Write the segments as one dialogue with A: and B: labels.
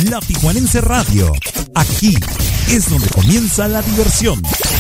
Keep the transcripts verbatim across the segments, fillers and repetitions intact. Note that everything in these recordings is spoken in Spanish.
A: La Tijuanense Radio. Aquí es donde comienza la diversión.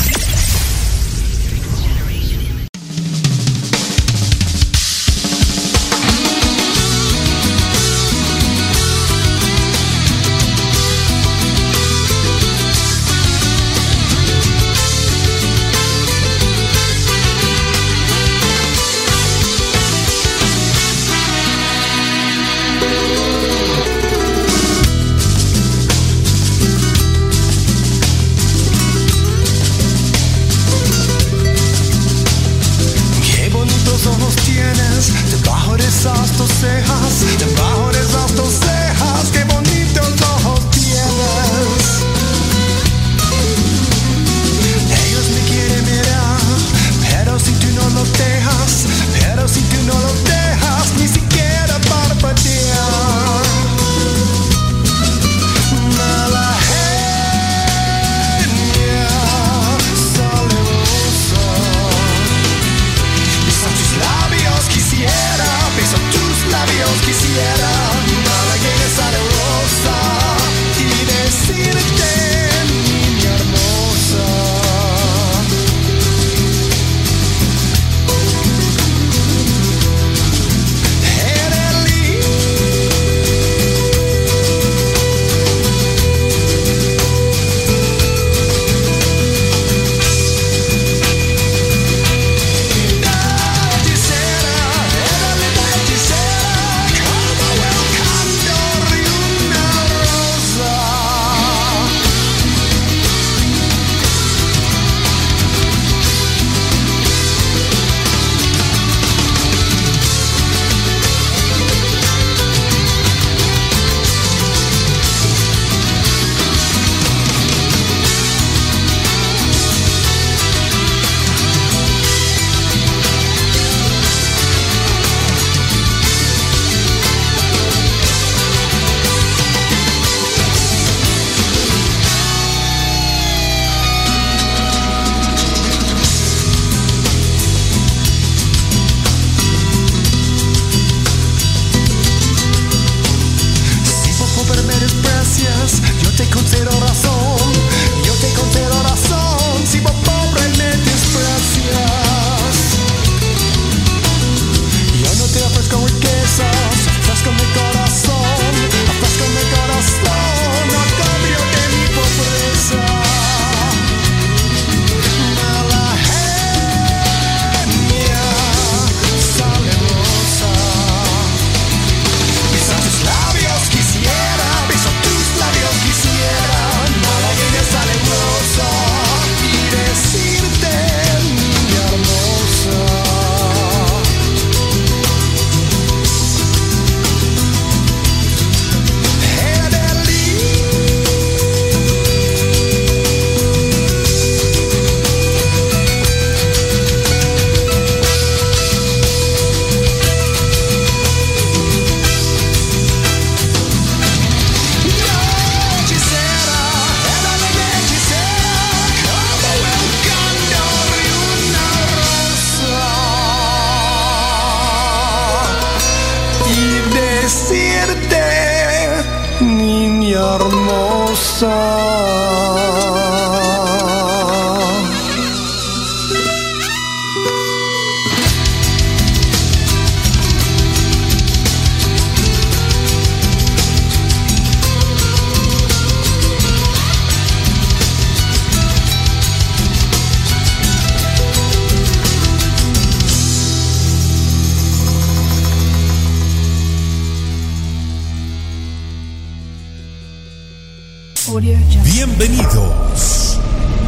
A: Bienvenidos.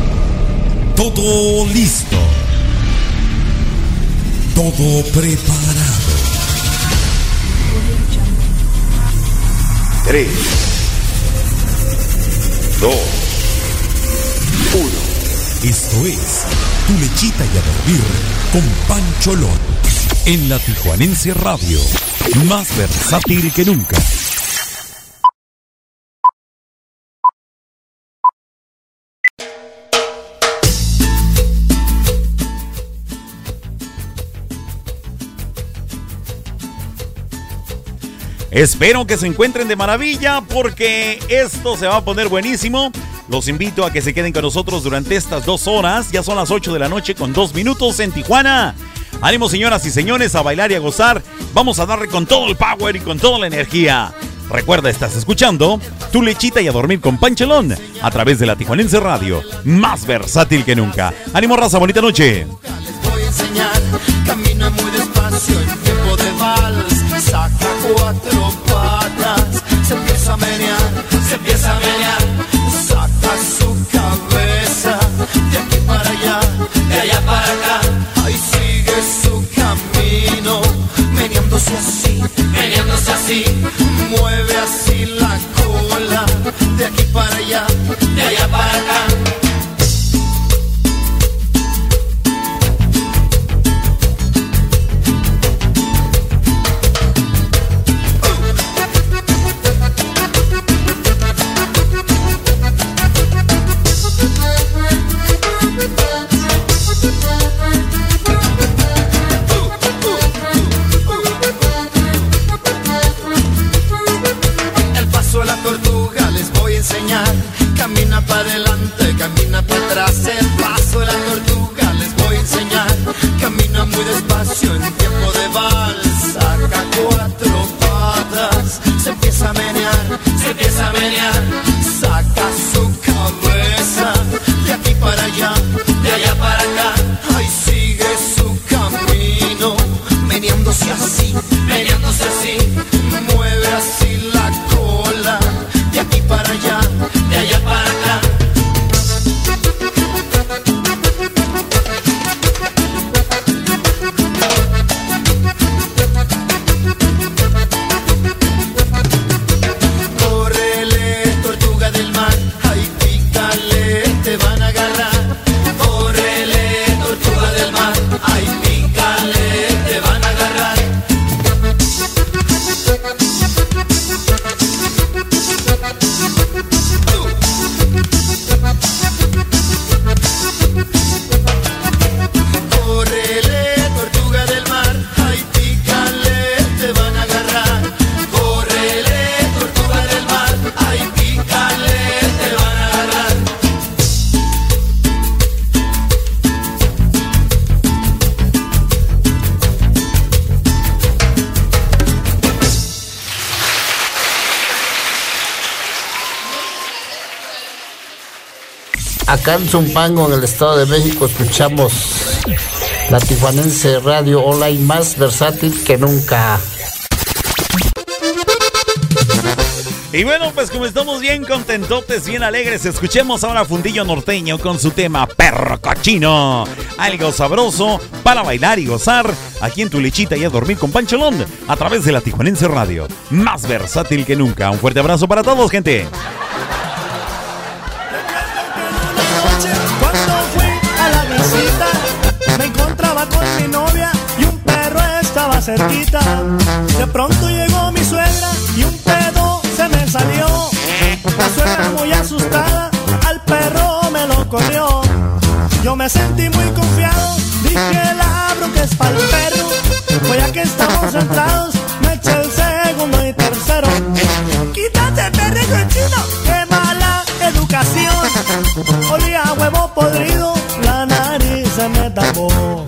A: Todo listo. Todo preparado.
B: Tres, dos, uno.
A: Esto es Tu Lechita y a Dormir con Pancho Lón. En la Tijuanense Radio. Más versátil que nunca. Espero que se encuentren de maravilla porque esto se va a poner buenísimo. Los invito a que se queden con nosotros durante estas dos horas. Ya son las ocho de la noche con dos minutos en Tijuana. Ánimo, señoras y señores, a bailar y a gozar. Vamos a darle con todo el power y con toda la energía. Recuerda, estás escuchando Tu Lechita y a Dormir con Pancholón a través de la Tijuanense Radio, más versátil que nunca. Ánimo, raza, bonita noche.
C: Les voy a enseñar, camina muy despacio en tiempo de vals, saca cuatro patas, se empieza a menear, se empieza a menear, saca su cabeza, de aquí para allá, de allá para acá, ahí sigue su camino, meneándose así, meneándose así, mueve así la cola, de aquí para allá, de allá para acá. Camina para adelante, camina para atrás, el paso de la tortuga les voy a enseñar. Camina muy despacio en tiempo de vals, saca cuatro patas, se empieza a menear, se empieza a menear, saca su cabeza, de aquí para allá, de allá para acá, ahí sigue su camino, meneándose así, meneándose así, mueve así la cola, de aquí para allá, de allá para acá. Córrele, tortuga del mar, ay pícale, te van a agarrar. Córrele, tortuga del mar, ay pícale, te van a agarrar. Córrele, tortuga del mar, ay pícale, te van a agarrar. Córrele, tortuga del mar, ay pícale, te van a agarrar.
D: Acá en Zumpango, en el Estado de México, escuchamos la Tijuanense Radio Online, más versátil que nunca.
A: Y bueno, pues como estamos bien contentotes, bien alegres, escuchemos ahora a Fundillo Norteño con su tema Perro Cochino. Algo sabroso para bailar y gozar aquí en Tu Lechita y a Dormir con Pancholón a través de la Tijuanense Radio, más versátil que nunca. Un fuerte abrazo para todos, gente.
E: Cuando fui a la visita, me encontraba con mi novia y un perro estaba cerquita. De pronto llegó mi suegra y un pedo se me salió. La suegra muy asustada, al perro me lo corrió. Yo me sentí muy confiado, dije la bronca es pa'l perro. Pues ya que estamos entrados, me eché el segundo y tercero. Quítate, perro cochino, qué mala educación. Olía a huevo podrido, la nariz se me tapó.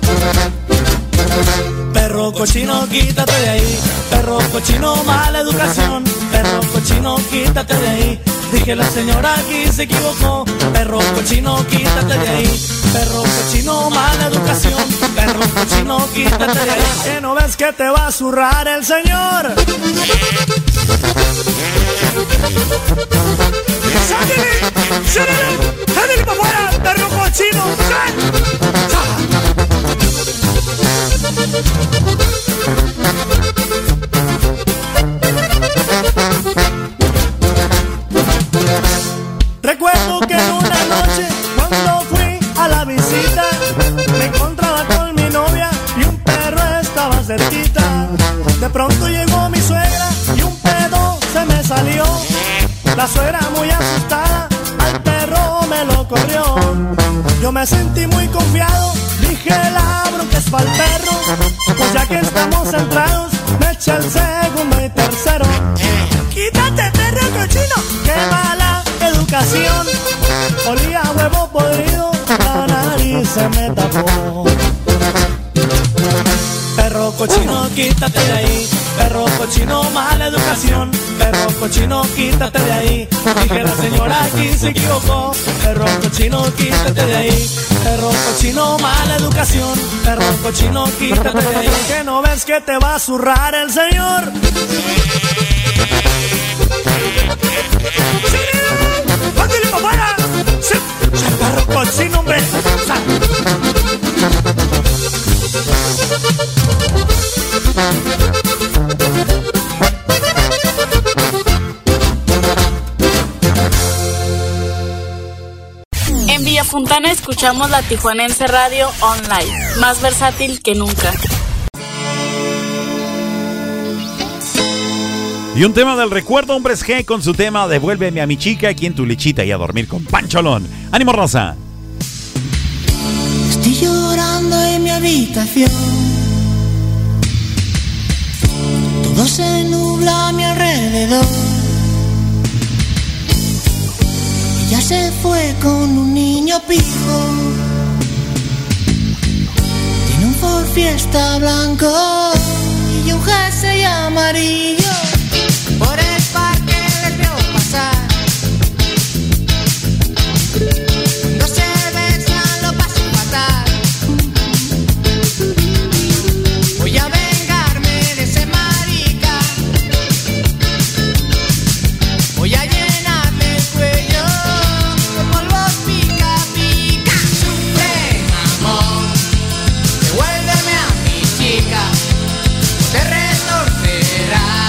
E: Perro cochino, quítate de ahí. Perro cochino, mala educación. Perro cochino, quítate de ahí. Dije la señora aquí se equivocó. Perro cochino, quítate de ahí. Perro cochino, mala educación. Perro cochino, quítate de ahí. Que no ves que te va a zurrar el señor. ¡Sáquenle! ¡Sáquenle! ¡Sáquenle para afuera! ¡Perro cochino! Recuerdo que en una noche, cuando fui a la visita, me encontraba con mi novia y un perro estaba cerquita. De pronto llegó mi suegra y un pedo se me salió. La suegra muy asustada, al perro me lo corrió. Yo me sentí muy confiado, dije la bronca es pa'l perro. Pues ya que estamos entrados, me eché el segundo y tercero. qué mala educación. Olía a huevo podrido, la nariz se me tapó. Perro cochino, quítate de ahí. Perro cochino, mala educación. Perro cochino, quítate de ahí. Dije la señora aquí se equivocó. Perro cochino, quítate de ahí. Perro cochino, mala educación. Perro cochino, quítate de ahí. Que no ves que te va a zurrar el señor. ¡Ándale para afuera! ¡Sí! ¡Perro cochino, hombre!
F: En Villa Fontana escuchamos la Tijuanense Radio Online, más versátil que nunca.
A: Y un tema del recuerdo, Hombres G, con su tema Devuélveme a mi chica, aquí en tu lechita y a dormir con Pancholón. ¡Ánimo, raza!
G: Estoy llorando en mi habitación, todo se nubla a mi alrededor. Ella se fue con un niño pijo, tiene un Ford Fiesta blanco y un jersey amarillo. Por el parque les veo pasar, no se besan, lo paso fatal. Voy a vengarme de ese marica, voy a llenarle el cuello de polvos pica pica. Sufre, amor, devuélveme a mi chica, te retorcerás.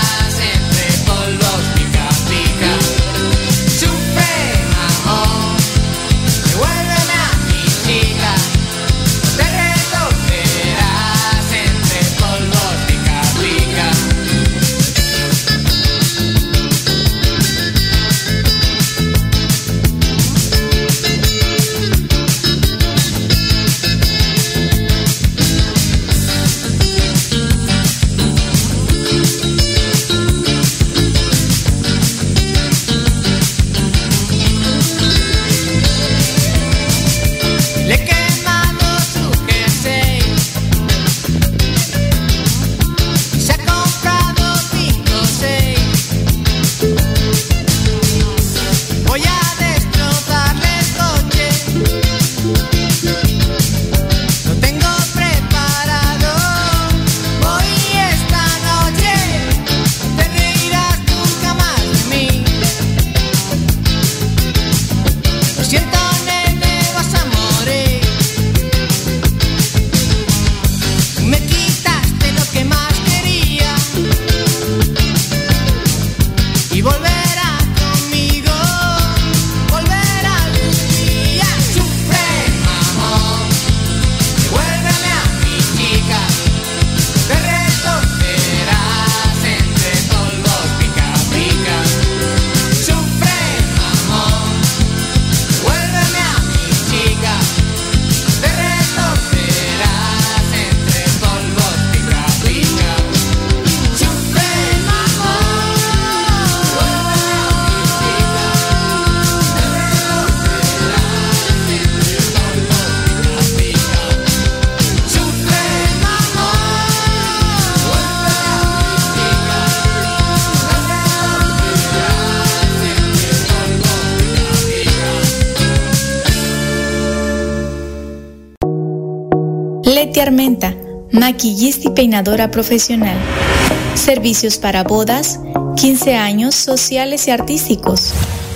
H: Leti Armenta, maquillista y peinadora profesional. Servicios para bodas, quince años, sociales y artísticos.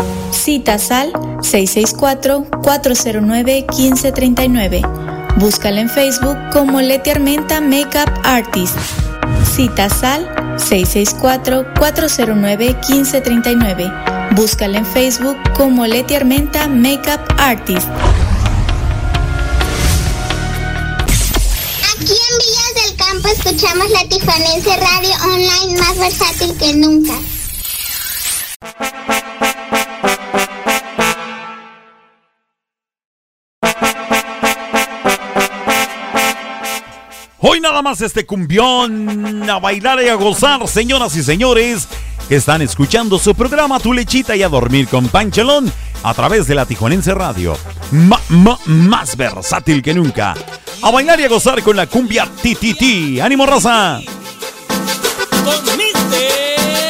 H: Citas al seis seis cuatro, cuatro cero nueve, uno cinco tres nueve. Búscala en Facebook como Leti Armenta Makeup Artist. Citas al seis seis cuatro, cuatro cero nueve, uno cinco tres nueve. Búscala en Facebook como Leti Armenta Makeup Artist.
I: Aquí en Villas del Campo escuchamos la Tijuanense Radio Online, más versátil que nunca.
A: Hoy nada más este cumbión a bailar y a gozar, señoras y señores. que están escuchando su programa Tu Lechita y a Dormir con Pancholón a través de la Tijuanense Radio. Ma, ma, más versátil que nunca. A bailar y a gozar con la cumbia ti ti ti. ¡Ánimo, raza!
J: Con mister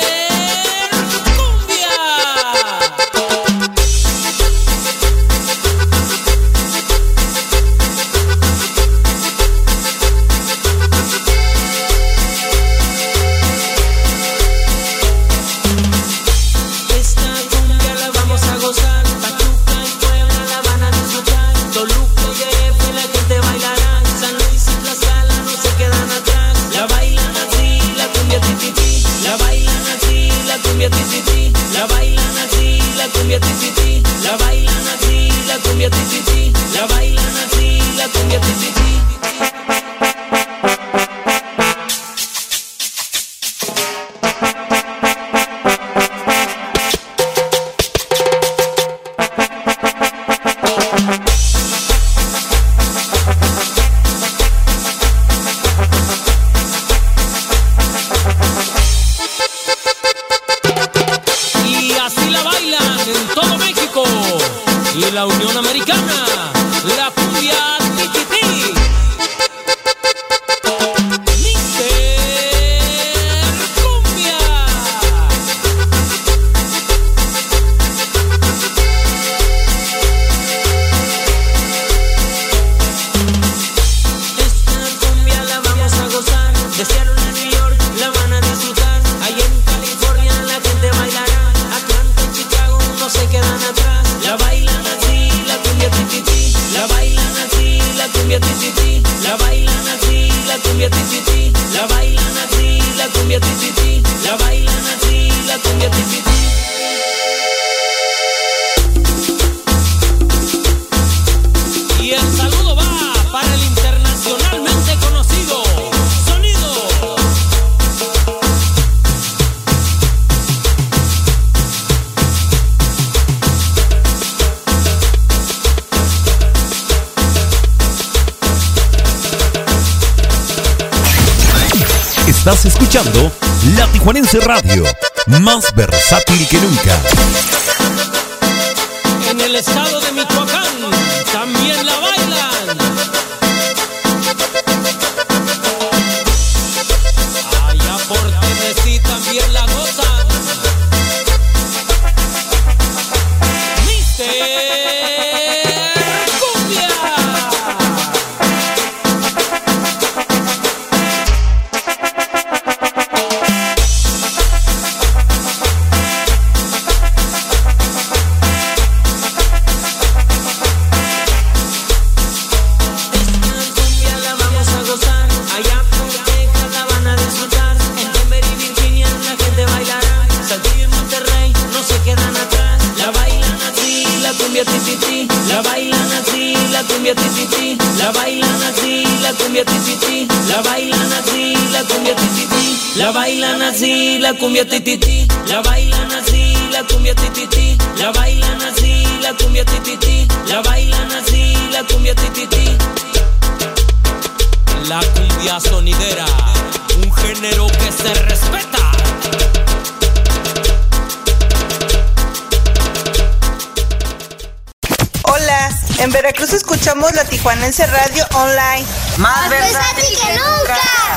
K: la bailan así, la cumbia tititi, la bailan así, la cumbia tititi, la bailan así, la cumbia tititi.
J: La Unión Americana, la cumbia tititi. mister Cumbia.
K: Esta cumbia la vamos a gozar, de Seattle a New York la van a disfrutar. Allá en California la gente bailará, Atlanta y Chicago no se quedan atrás. La bailan la cumbia tititi, la bailan así, la cumbia tititi, la bailan así, la cumbia tititi, la bailan así, la cumbia tititi, la bailan así, la cumbia tititi.
J: Y el saludo va para el internacionalmente conocido Sonido.
A: Estás escuchando La Tijuanense Radio, más versátil que nunca.
J: En el estado de Michoacán también la bailan. Allá por Tennessee también la gozan. mister Cumbia.
K: La bailan así, la cumbia tititi, la bailan así, la cumbia tititi, la bailan así, la cumbia tititi, la bailan así, la cumbia tititi, la bailan así, la cumbia tititi, la bailan así, la cumbia tititi, la bailan así, la cumbia tititi.
J: La cumbia sonidera, un género que se respeta.
L: Hola, en Veracruz escuchamos la Tijuanense Radio Online.
I: ¡Más versátil que nunca!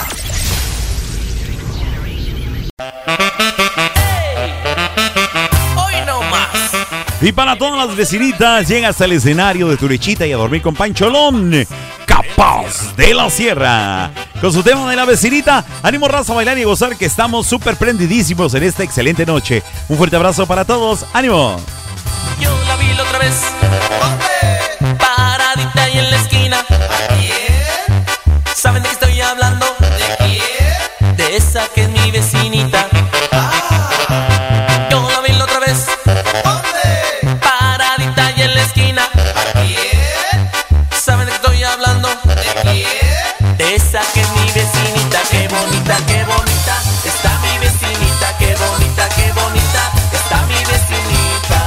J: Hoy no más.
A: Y para todas las vecinitas, llega hasta el escenario de Tu Lechita y a Dormir con Pancholón, Capaz de la Sierra. Con su tema de la vecinita, ánimo, raza, a bailar y gozar, que estamos súper prendidísimos en esta excelente noche. Un fuerte abrazo para todos, ánimo.
K: Yo la vi la otra vez, ¿dónde? Paradita ahí en la esquina. ¿Quién? ¿Saben de qué estoy hablando? ¿De quién? De esa que es mi vecinita. Ah. Yo la vi la otra vez, ¿dónde? Paradita ahí en la esquina. ¿Quién? ¿Saben de qué estoy hablando? ¿De quién? De esa que es mi vecinita. Qué bonita, qué bonita está mi vecinita. Qué bonita, qué bonita está mi vecinita.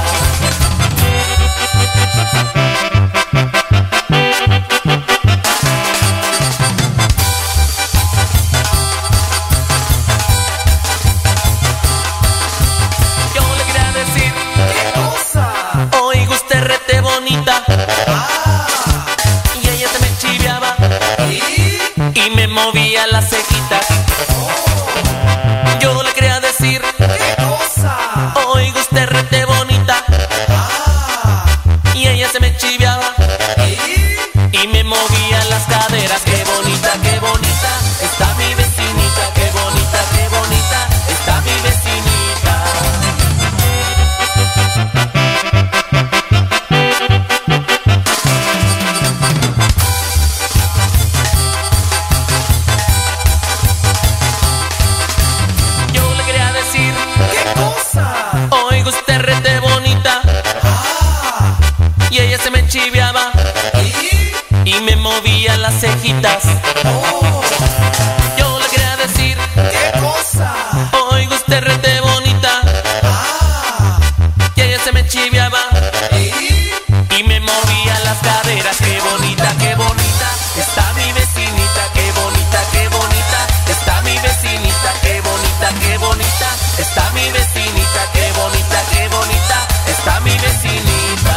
K: usted rete bonita. Ah. Y ella se me chiviaba y, y me movía las cejitas. Oh. Yo le quería decir, ¿qué cosa? Oiga usted rete bonita. Ah. Y ella se me chiviaba y, y me movía las caderas. Qué bonita, qué bonita está mi vecinita. Qué bonita, qué bonita está mi vecinita. Qué bonita, qué bonita está mi vecinita. Qué bonita, qué bonita está mi vecinita.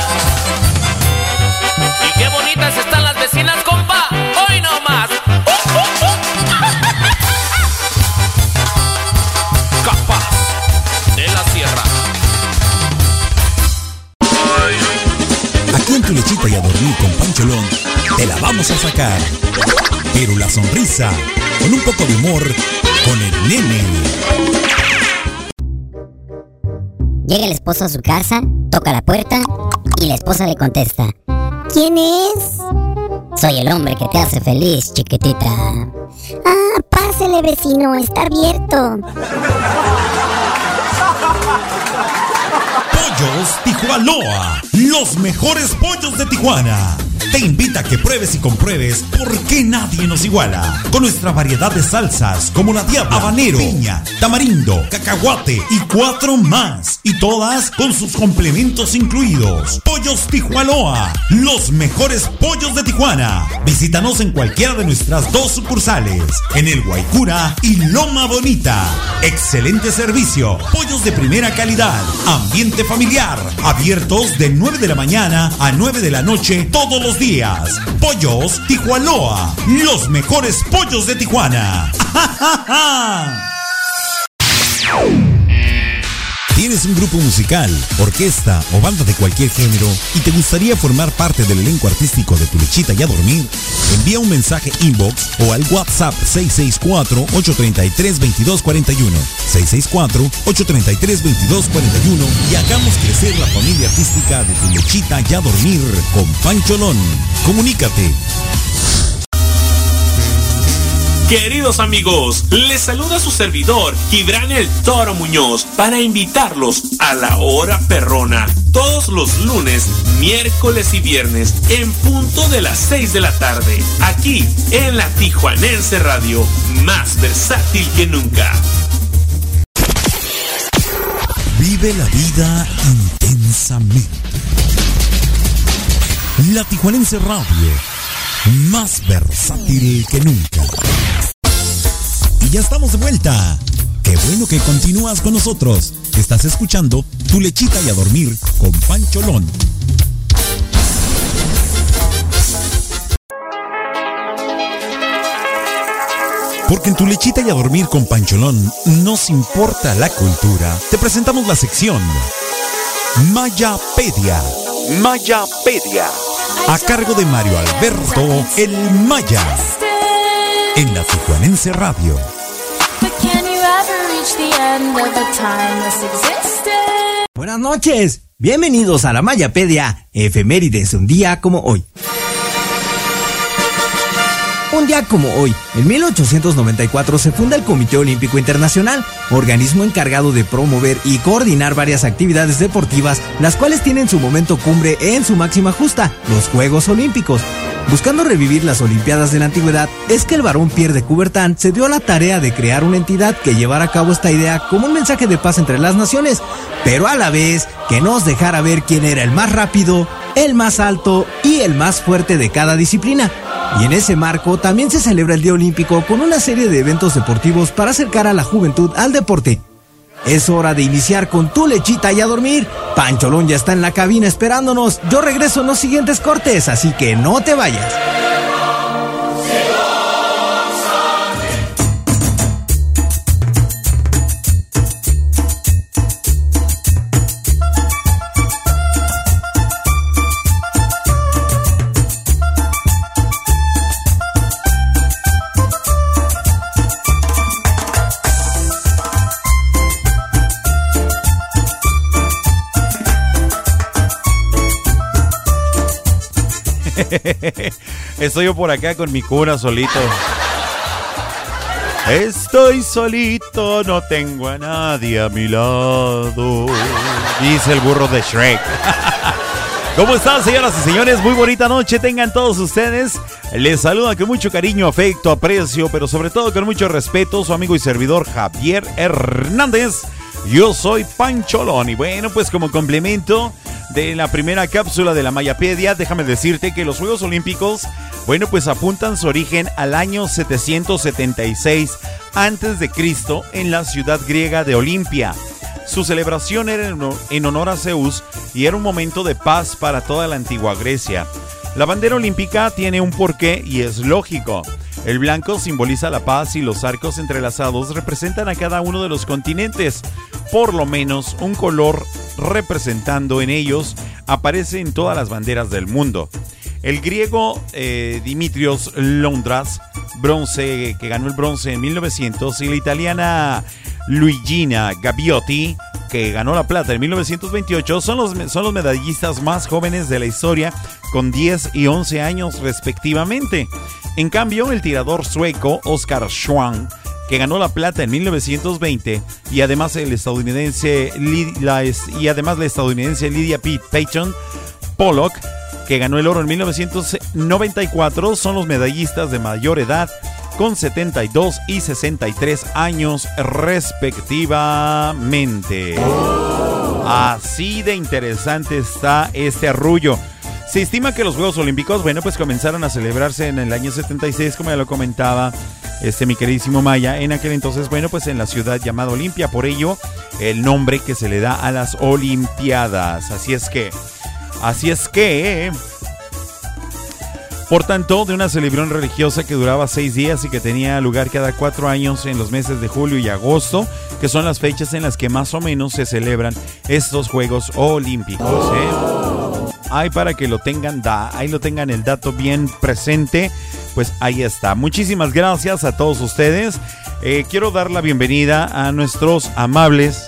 K: Y qué bonitas están las vecinas, compa. Hoy no más. Uh, uh, uh. Capaz de la sierra.
M: Aquí en Tu Lechita y a Dormir con Pancholón te la vamos a sacar. Pero la sonrisa, con un poco de humor, con el nene.
N: Llega el esposo a su casa, toca la puerta y la esposa le contesta: ¿quién es? Soy el hombre que te hace feliz, chiquitita.
I: Ah, pásele, vecino, está abierto.
M: Pollos Tijuanoa, los mejores pollos de Tijuana. Te invita a que pruebes y compruebes por qué nadie nos iguala. Con nuestra variedad de salsas como la diabla, habanero, piña, tamarindo, cacahuate y cuatro más. Y todas con sus complementos incluidos. Pollos Tijuanoa, los mejores pollos de Tijuana. Visítanos en cualquiera de nuestras dos sucursales, en el Guaycura y Loma Bonita. Excelente servicio, pollos de primera calidad, ambiente familiar, abiertos de nueve de la mañana a nueve de la noche todos los días. Pollos Tijuanoa, los mejores pollos de Tijuana. ¿Tienes un grupo musical, orquesta o banda de cualquier género y te gustaría formar parte del elenco artístico de Tu Lechita y a Dormir? Envía un mensaje inbox o al WhatsApp seis seis cuatro, ocho tres tres, dos dos cuatro uno seis seis cuatro, ocho tres tres, dos dos cuatro uno y hagamos crecer la familia artística de Tu Lechita y a Dormir con Pancholón. Comunícate.
O: Queridos amigos, les saluda su servidor, Gibran el Toro Muñoz, para invitarlos a la hora perrona, todos los lunes, miércoles y viernes, en punto de las seis de la tarde, aquí en la Tijuanense Radio, más versátil que nunca.
M: Vive la vida intensamente. La Tijuanense Radio, más versátil que nunca. Y ya estamos de vuelta. Qué bueno que continúas con nosotros. Estás escuchando Tu Lechita y a Dormir con Pancholón. Porque en Tu Lechita y a Dormir con Pancholón nos importa la cultura. Te presentamos la sección Mayapedia. Mayapedia. A cargo de Mario Alberto El Maya. En la Tijuanense Radio.
P: Buenas noches, bienvenidos a la Mayapedia, efemérides de un día como hoy. Un día como hoy, en mil ochocientos noventa y cuatro se funda el Comité Olímpico Internacional, organismo encargado de promover y coordinar varias actividades deportivas, las cuales tienen su momento cumbre en su máxima justa, los Juegos Olímpicos. Buscando revivir las Olimpiadas de la antigüedad, es que el barón Pierre de Coubertin se dio a la tarea de crear una entidad que llevara a cabo esta idea como un mensaje de paz entre las naciones, pero a la vez que nos dejara ver quién era el más rápido, el más alto y el más fuerte de cada disciplina. Y en ese marco también se celebra el Día Olímpico con una serie de eventos deportivos para acercar a la juventud al deporte. Es hora de iniciar con Tu Lechita y a Dormir. Pancholón ya está en la cabina esperándonos. Yo regreso en los siguientes cortes, así que no te vayas.
A: Estoy yo por acá con mi cura solito. Estoy solito, no tengo a nadie a mi lado, dice el burro de Shrek. ¿Cómo están, señoras y señores? Muy bonita noche tengan todos ustedes. Les saluda con mucho cariño, afecto, aprecio, pero sobre todo con mucho respeto su amigo y servidor Javier Hernández. Yo soy Pancholón y bueno, pues como complemento de la primera cápsula de la Mayapedia, déjame decirte que los Juegos Olímpicos, bueno, pues apuntan su origen al año setecientos setenta y seis antes de Cristo en la ciudad griega de Olimpia. Su celebración era en honor a Zeus y era un momento de paz para toda la antigua Grecia. La bandera olímpica tiene un porqué y es lógico. El blanco simboliza la paz y los arcos entrelazados representan a cada uno de los continentes. Por lo menos un color representando en ellos aparece en todas las banderas del mundo. El griego eh, Dimitrios Londras, bronce, que ganó el bronce en mil novecientos, y la italiana Luigina Gabbiotti, que ganó la plata en mil novecientos veintiocho, son los, son los medallistas más jóvenes de la historia, con diez y once años respectivamente. En cambio, el tirador sueco Oscar Schwann, que ganó la plata en mil novecientos veinte, y además el estadounidense la, y además la estadounidense Lydia P. Payton Pollock, que ganó el oro en mil novecientos noventa y cuatro, son los medallistas de mayor edad, con setenta y dos y sesenta y tres años respectivamente. Así de interesante está este arrullo. Se estima que los Juegos Olímpicos, bueno, pues comenzaron a celebrarse en el año setenta y seis, como ya lo comentaba este mi queridísimo Maya. En aquel entonces, bueno, pues en la ciudad llamada Olimpia, por ello el nombre que se le da a las Olimpiadas. Así es que, así es que... Por tanto, de una celebración religiosa que duraba seis días y que tenía lugar cada cuatro años en los meses de julio y agosto, que son las fechas en las que más o menos se celebran estos Juegos Olímpicos, ¿eh? Ahí para que lo tengan, da, ahí lo tengan el dato bien presente, pues ahí está. Muchísimas gracias a todos ustedes. Eh, quiero dar la bienvenida a nuestros amables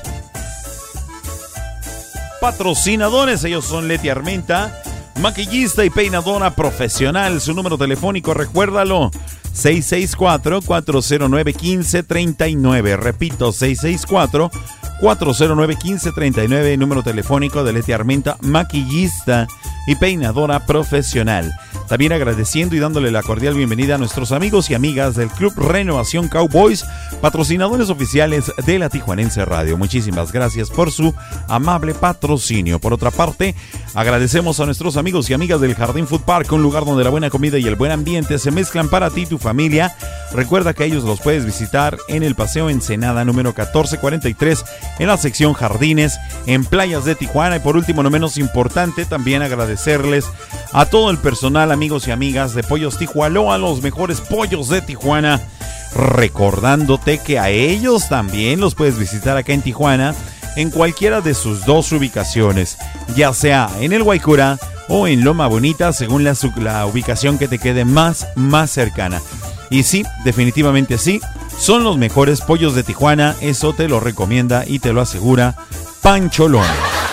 A: patrocinadores. Ellos son Leti Armenta, maquillista y peinadora profesional. Su número telefónico, recuérdalo, seis seis cuatro, cuatro cero nueve, uno cinco tres nueve. Repito, seis seis cuatro, cuatro cero nueve, uno cinco tres nueve, número telefónico de Leti Armenta, maquillista y peinadora profesional. También agradeciendo y dándole la cordial bienvenida a nuestros amigos y amigas del Club Renovación Cowboys, patrocinadores oficiales de la Tijuanense Radio. Muchísimas gracias por su amable patrocinio. Por otra parte, agradecemos a nuestros amigos y amigas del Jardín Food Park, un lugar donde la buena comida y el buen ambiente se mezclan para ti y tu familia. Recuerda que ellos los puedes visitar en el Paseo Ensenada número catorce cuarenta y tres, en la sección Jardines, en Playas de Tijuana. Y por último, no menos importante, también agradecerles a todo el personal, amigos y amigas de Pollos Tijualoa, los mejores pollos de Tijuana. Recordándote que a ellos también los puedes visitar acá en Tijuana, en cualquiera de sus dos ubicaciones, ya sea en el Guaycura o en Loma Bonita, según la, la ubicación que te quede más, más cercana. Y sí, definitivamente sí, son los mejores pollos de Tijuana. Eso te lo recomienda y te lo asegura Pancholón.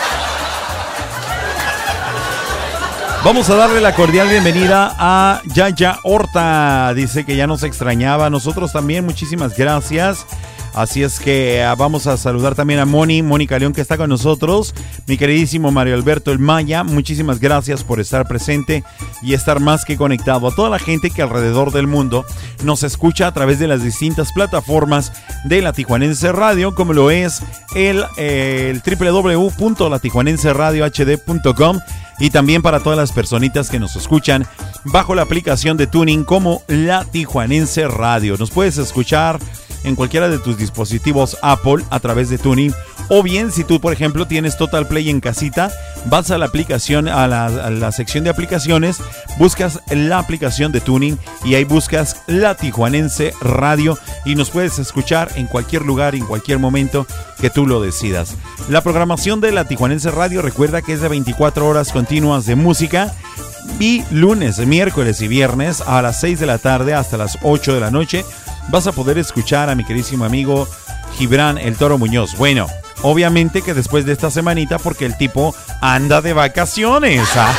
A: Vamos a darle la cordial bienvenida a Yaya Horta. Dice que ya nos extrañaba. Nosotros también, muchísimas gracias. Así es que uh, vamos a saludar también a Moni, Mónica León, que está con nosotros. Mi queridísimo Mario Alberto El Maya, muchísimas gracias por estar presente y estar más que conectado. A toda la gente que alrededor del mundo nos escucha a través de las distintas plataformas de La Tijuanense Radio, como lo es el, eh, el doble u doble u doble u punto la tijuanense radio h d punto com, y también para todas las personitas que nos escuchan bajo la aplicación de Tuning como La Tijuanense Radio. Nos puedes escuchar en cualquiera de tus dispositivos Apple a través de Tuning, o bien si tú por ejemplo tienes Total Play en casita, vas a la aplicación, a la, a la sección de aplicaciones, buscas la aplicación de Tuning y ahí buscas La Tijuanense Radio y nos puedes escuchar en cualquier lugar, en cualquier momento que tú lo decidas. La programación de La Tijuanense Radio, recuerda que es de veinticuatro horas continuas de música, y lunes, miércoles y viernes a las seis de la tarde hasta las ocho de la noche vas a poder escuchar a mi queridísimo amigo Gibran El Toro Muñoz. Bueno, obviamente que después de esta semanita, porque el tipo anda de vacaciones. ¿Ah?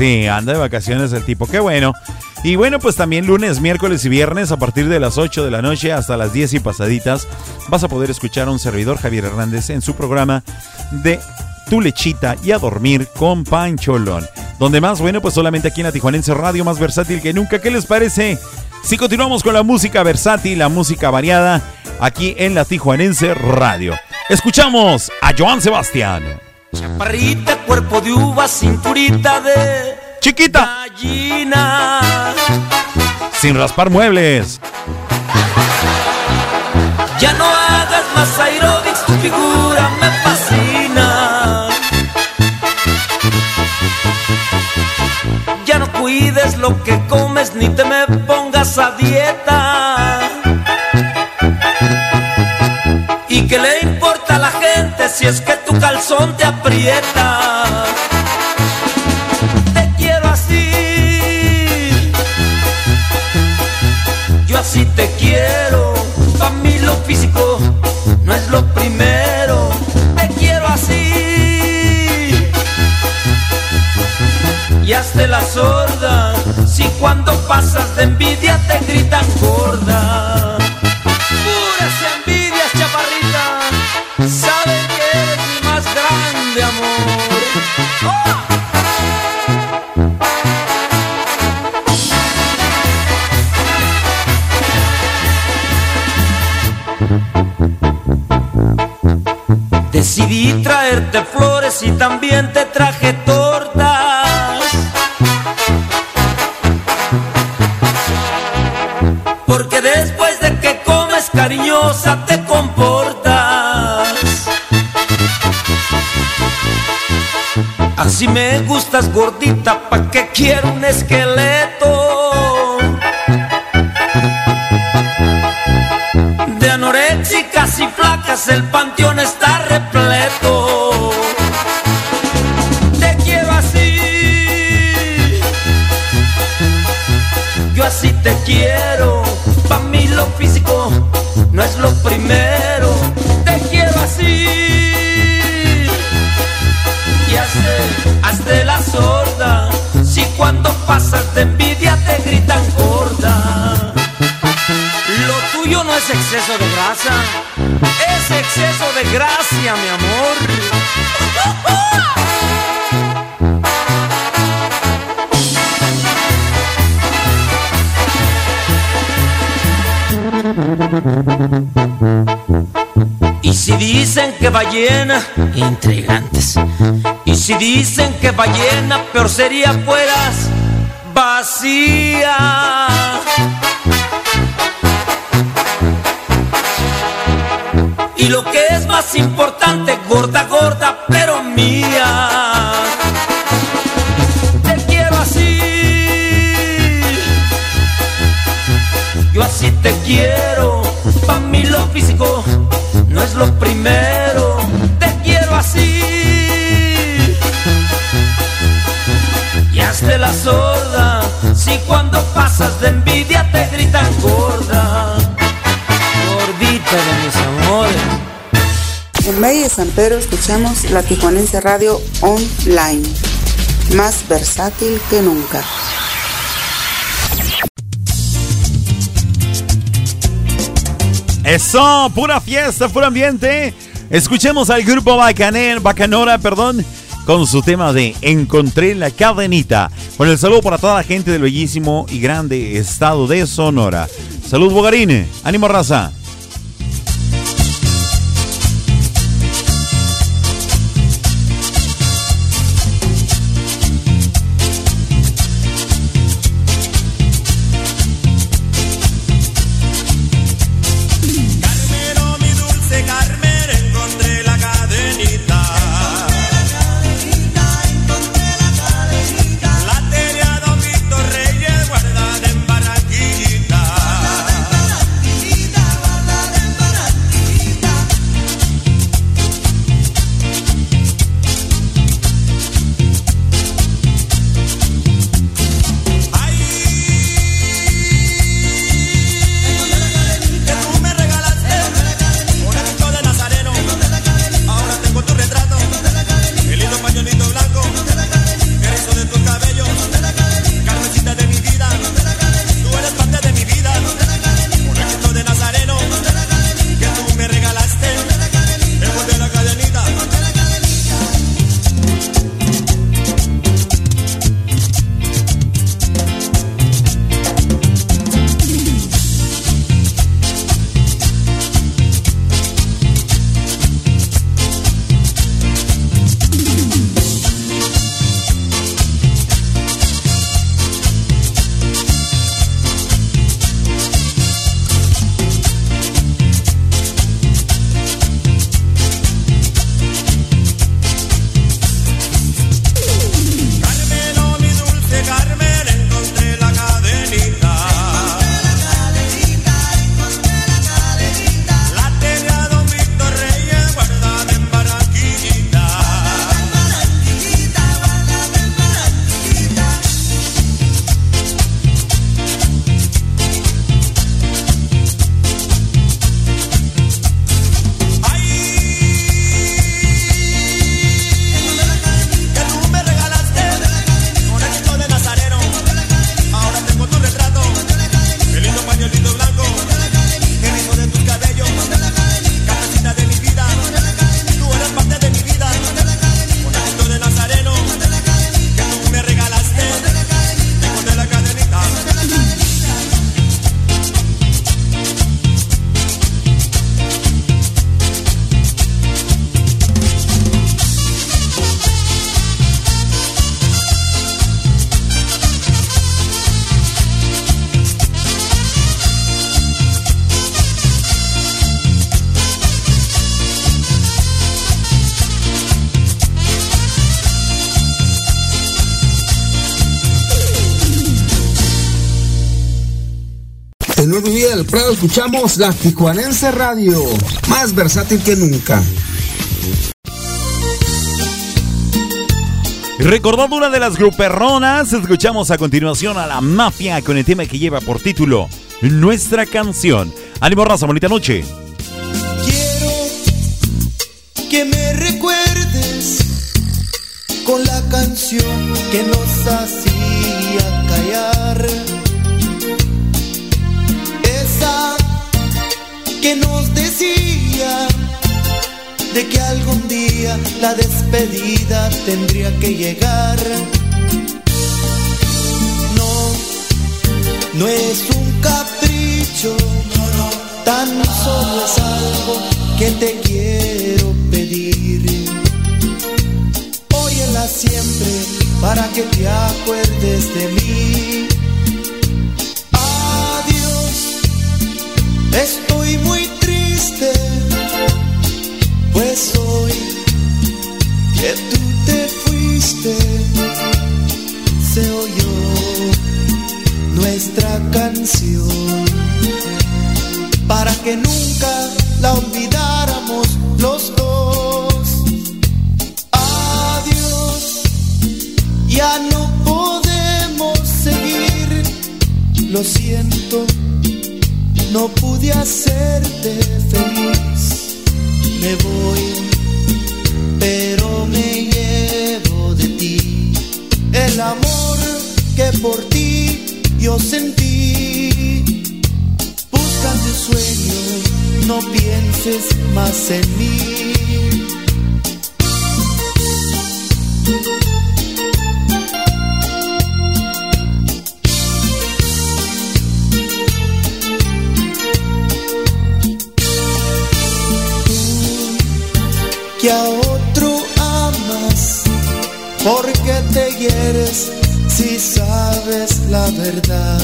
A: Sí, anda de vacaciones el tipo, qué bueno. Y bueno, pues también lunes, miércoles y viernes a partir de las ocho de la noche hasta las diez y pasaditas vas a poder escuchar a un servidor, Javier Hernández, en su programa de Tu Lechita y a Dormir con Pancholón. Donde más, bueno, pues solamente aquí en la Tijuanense Radio, más versátil que nunca. ¿Qué les parece? Si continuamos con la música versátil, la música variada, aquí en la Tijuanense Radio. Escuchamos a Joan Sebastián.
J: Chaparrita, cuerpo de uva, cinturita de
A: chiquita
J: gallina,
A: sin raspar muebles.
J: Ya no hagas más aerobics, tu figura me fascina. Ya no cuides lo que comes ni te me pongas a dieta. ¿Y qué le importa a la gente si es que tu calzón te aprieta? Te quiero así, yo así te quiero. Pa' mí lo físico no es lo primero. Te quiero así, y hazte la sorda si cuando pasas de envidia te gritan gorda. Puras envidias, chaparrita, saben que eres mi más grande amor. ¡Oh! Decidí traerte flores y también te traje tortas, porque después de que comes cariñosa te comportas. Así me gustas gordita, ¿pa' qué quiero un esqueleto? De anoréxicas y flacas el panteón está repleto. Te quiero así, yo así te quiero. Pa' mí lo físico no es lo primero. Te quiero así, y hazte, hazte la sorda si cuando pasas de envidia te gritan gorda. Lo tuyo no es exceso de grasa, es exceso de gracia, mi amor. Y si dicen que ballena, intrigantes. Y si dicen que ballena, peor sería fueras vacía. Y lo que es más importante, gorda, gorda, pero mía. Te quiero así, yo así te quiero. Pa' mí lo físico no es lo primero. Te quiero así, y hazte la sorda si cuando pasas de envidia te gritan gorda. Gordita de mis amores.
Q: En Valle de San Pedro escuchamos la Tijuanense Radio Online, más versátil que nunca.
A: Eso, pura fiesta, puro ambiente. Escuchemos al grupo Bacaner, Bacanora, perdón, con su tema de Encontré la Cadenita. Con el saludo para toda la gente del bellísimo y grande estado de Sonora. Salud, Bogarín. Ánimo, raza.
C: Guardada en Barranquillita.
P: escuchamos la Tijuanense Radio, más versátil que nunca.
A: Recordando una de las gruperronas, escuchamos a continuación a La Mafia con el tema que lleva por título Nuestra Canción. Ánimo, raza, bonita noche.
C: Quiero que me recuerdes con la canción que nos hacía callar, esa que nos decía de que algún día la despedida tendría que llegar. No, no es un capricho, no, no, tan solo es algo que te quiero pedir. Óyela siempre para que te acuerdes de mí. Adiós, estoy muy triste, pues hoy que tú te fuiste, se oyó nuestra canción, para que nunca la olvidáramos los dos. Adiós, ya no podemos seguir, lo siento, no pude hacerte feliz. Me voy, pero me llevo de ti el amor que por ti yo sentí. Busca tu sueño, no pienses más en mí. Que a otro amas, porque te hieres si sabes la verdad.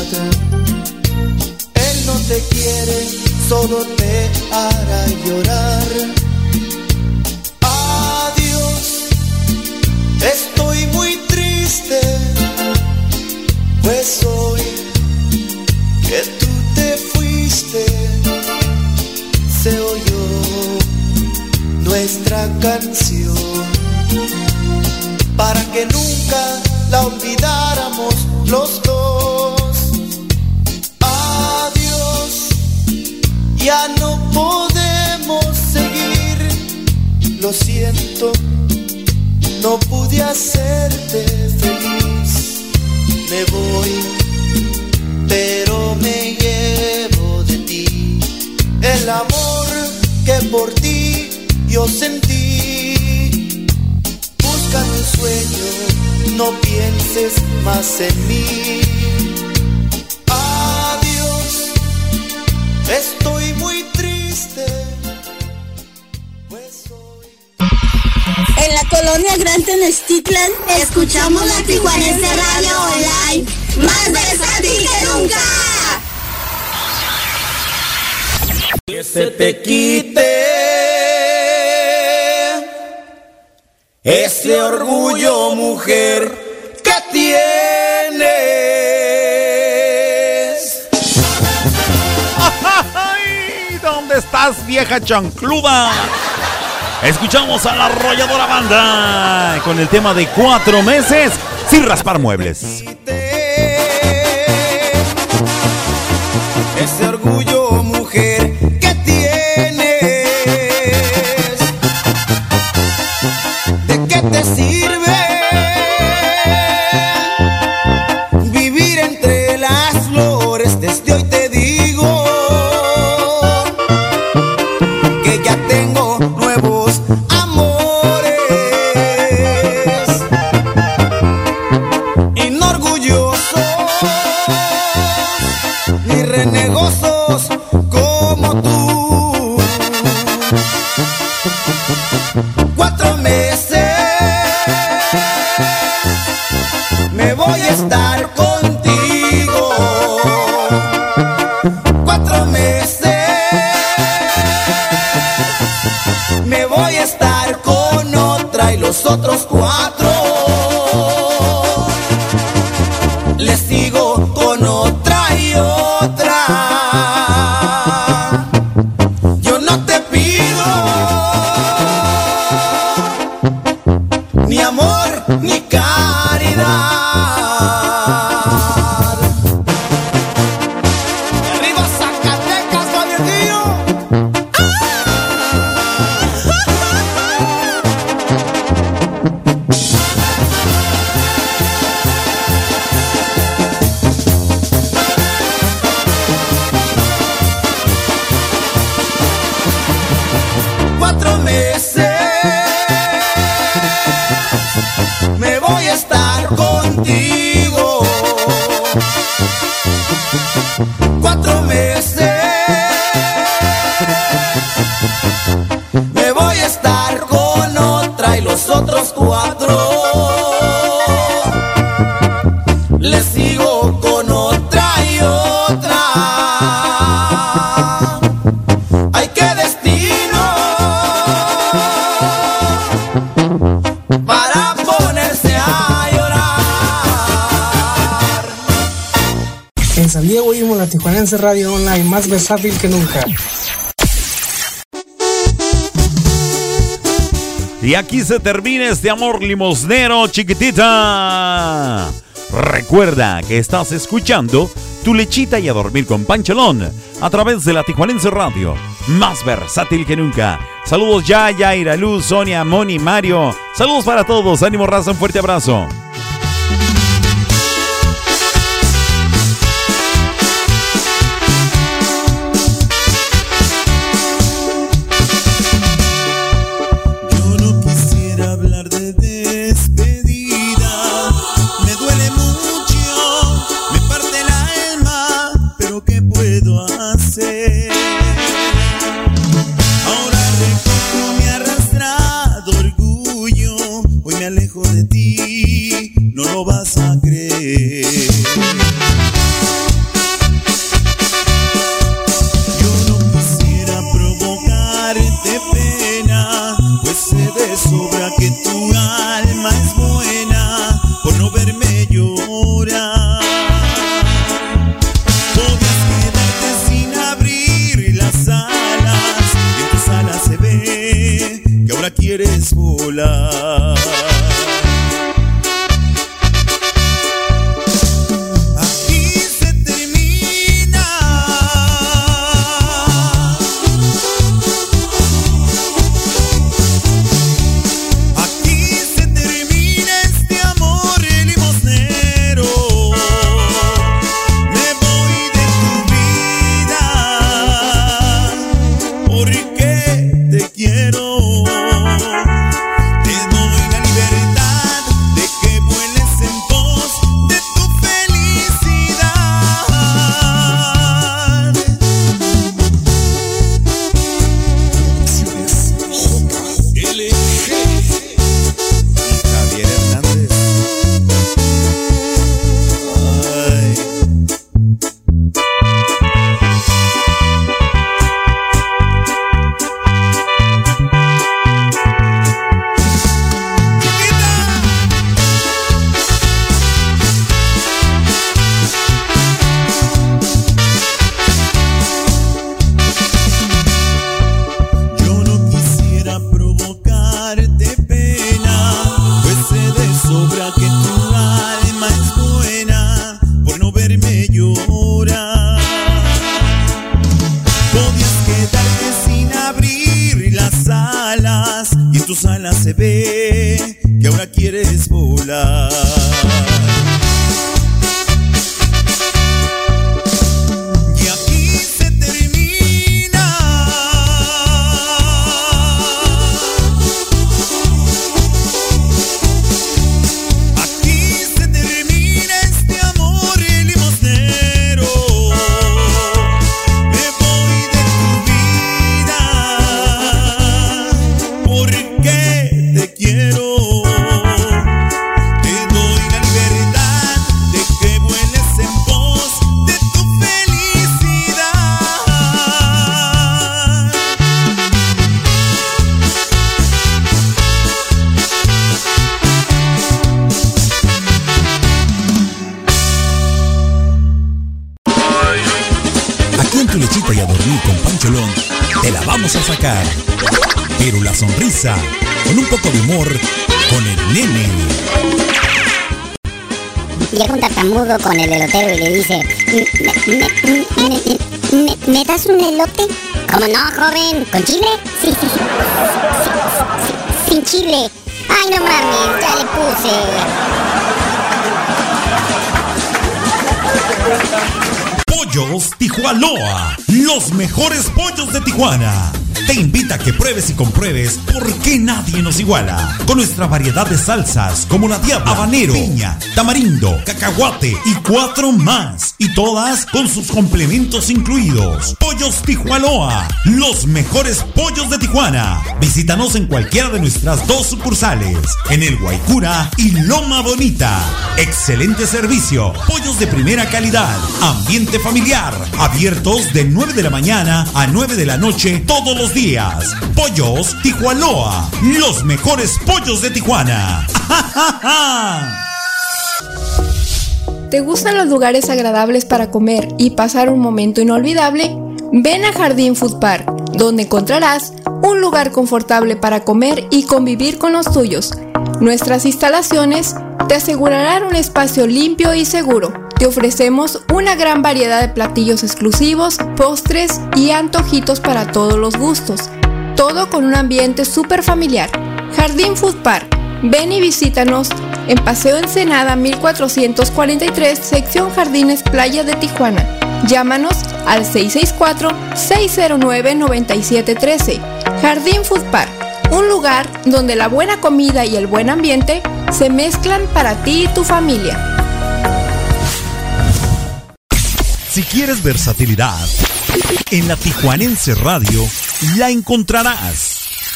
C: Él no te quiere, solo te hará llorar. Adiós, estoy muy triste, pues hoy que tú te fuiste, se oyó nuestra canción, para que nunca la olvidáramos los dos. Adiós, ya no podemos seguir, lo siento, no pude hacerte feliz. Me voy, pero me llevo de ti el amor que por ti yo sentí. Busca tu sueño, no pienses más en mí. Adiós, estoy muy triste, pues hoy...
R: En la colonia Gran Tenochtitlan escuchamos la Tijuanense Radio Online, más versátil que nunca.
C: Que se te quite ese orgullo, mujer, que tienes.
A: ¡Ay! ¿Dónde estás, vieja chancluda? Escuchamos a la arrolladora banda con el tema de cuatro meses sin raspar muebles.
C: Ese orgullo, mujer, que tienes. ¿De qué te sirve vivir entre las flores? Desde hoy te digo que ya tengo nuevos amores. Y no orgullosos ni renegosos como tú. Cuatro meses me voy a estar contigo. Cuatro meses me voy a estar con otra, y los otros cuatro les sigo con otra y otra. cuatro. Le sigo con otra y otra. Ay, qué destino para ponerse a llorar.
S: En San Diego oímos la Tijuanense Radio Online, más versátil que nunca.
A: Y aquí se termina este amor limosnero, chiquitita. Recuerda que estás escuchando Tu Lechita y a Dormir con Pancholón a través de la Tijuanense Radio, más versátil que nunca. Saludos ya, Yaira, Luz, Sonia, Moni, Mario. Saludos para todos. Ánimo, raza, un fuerte abrazo.
T: No lo vas a creer. Yo no quisiera provocarte pena, pues sé de sobra que tu alma es buena por no verme llorar. Podías quedarte sin abrir las alas, y en tus alas se ve que ahora quieres volar. Pero la sonrisa, con un poco de humor, con el nene.
N: Llega un tartamudo con el elotero y le dice: ¿Me, me, me, me, ¿me das un elote? ¿Cómo no, joven? ¿Con chile? Sí, sí, sí. sí, sí sin chile. Ay, no mames, ya le puse.
M: Pollos Tijuanoa, los mejores pollos de Tijuana. te invita a que pruebes y compruebes por qué nadie nos iguala. Con nuestra variedad de salsas como la diabla, habanero, piña, tamarindo, cacahuate y cuatro más. Y todas con sus complementos incluidos. Pollos Tijuanoa, los mejores pollos de Tijuana. Visítanos en cualquiera de nuestras dos sucursales, en el Guaycura y Loma Bonita. Excelente servicio, pollos de primera calidad, ambiente familiar, abiertos de nueve de la mañana a nueve de la noche todos los días. Pollos Tijuanoa, los mejores pollos de Tijuana.
U: ¿Te gustan los lugares agradables para comer y pasar un momento inolvidable? Ven a Jardín Food Park, donde encontrarás un lugar confortable para comer y convivir con los tuyos. Nuestras instalaciones te asegurarán un espacio limpio y seguro. Te ofrecemos una gran variedad de platillos exclusivos, postres y antojitos para todos los gustos. Todo con un ambiente súper familiar. Jardín Food Park. Ven y visítanos en Paseo Ensenada mil cuatrocientos cuarenta y tres, sección Jardines Playa de Tijuana. Llámanos al seis seis cuatro, seis cero nueve, nueve siete uno tres. Jardín Food Park, un lugar donde la buena comida y el buen ambiente se mezclan para ti y tu familia.
M: Si quieres versatilidad, en la Tijuanense Radio la encontrarás.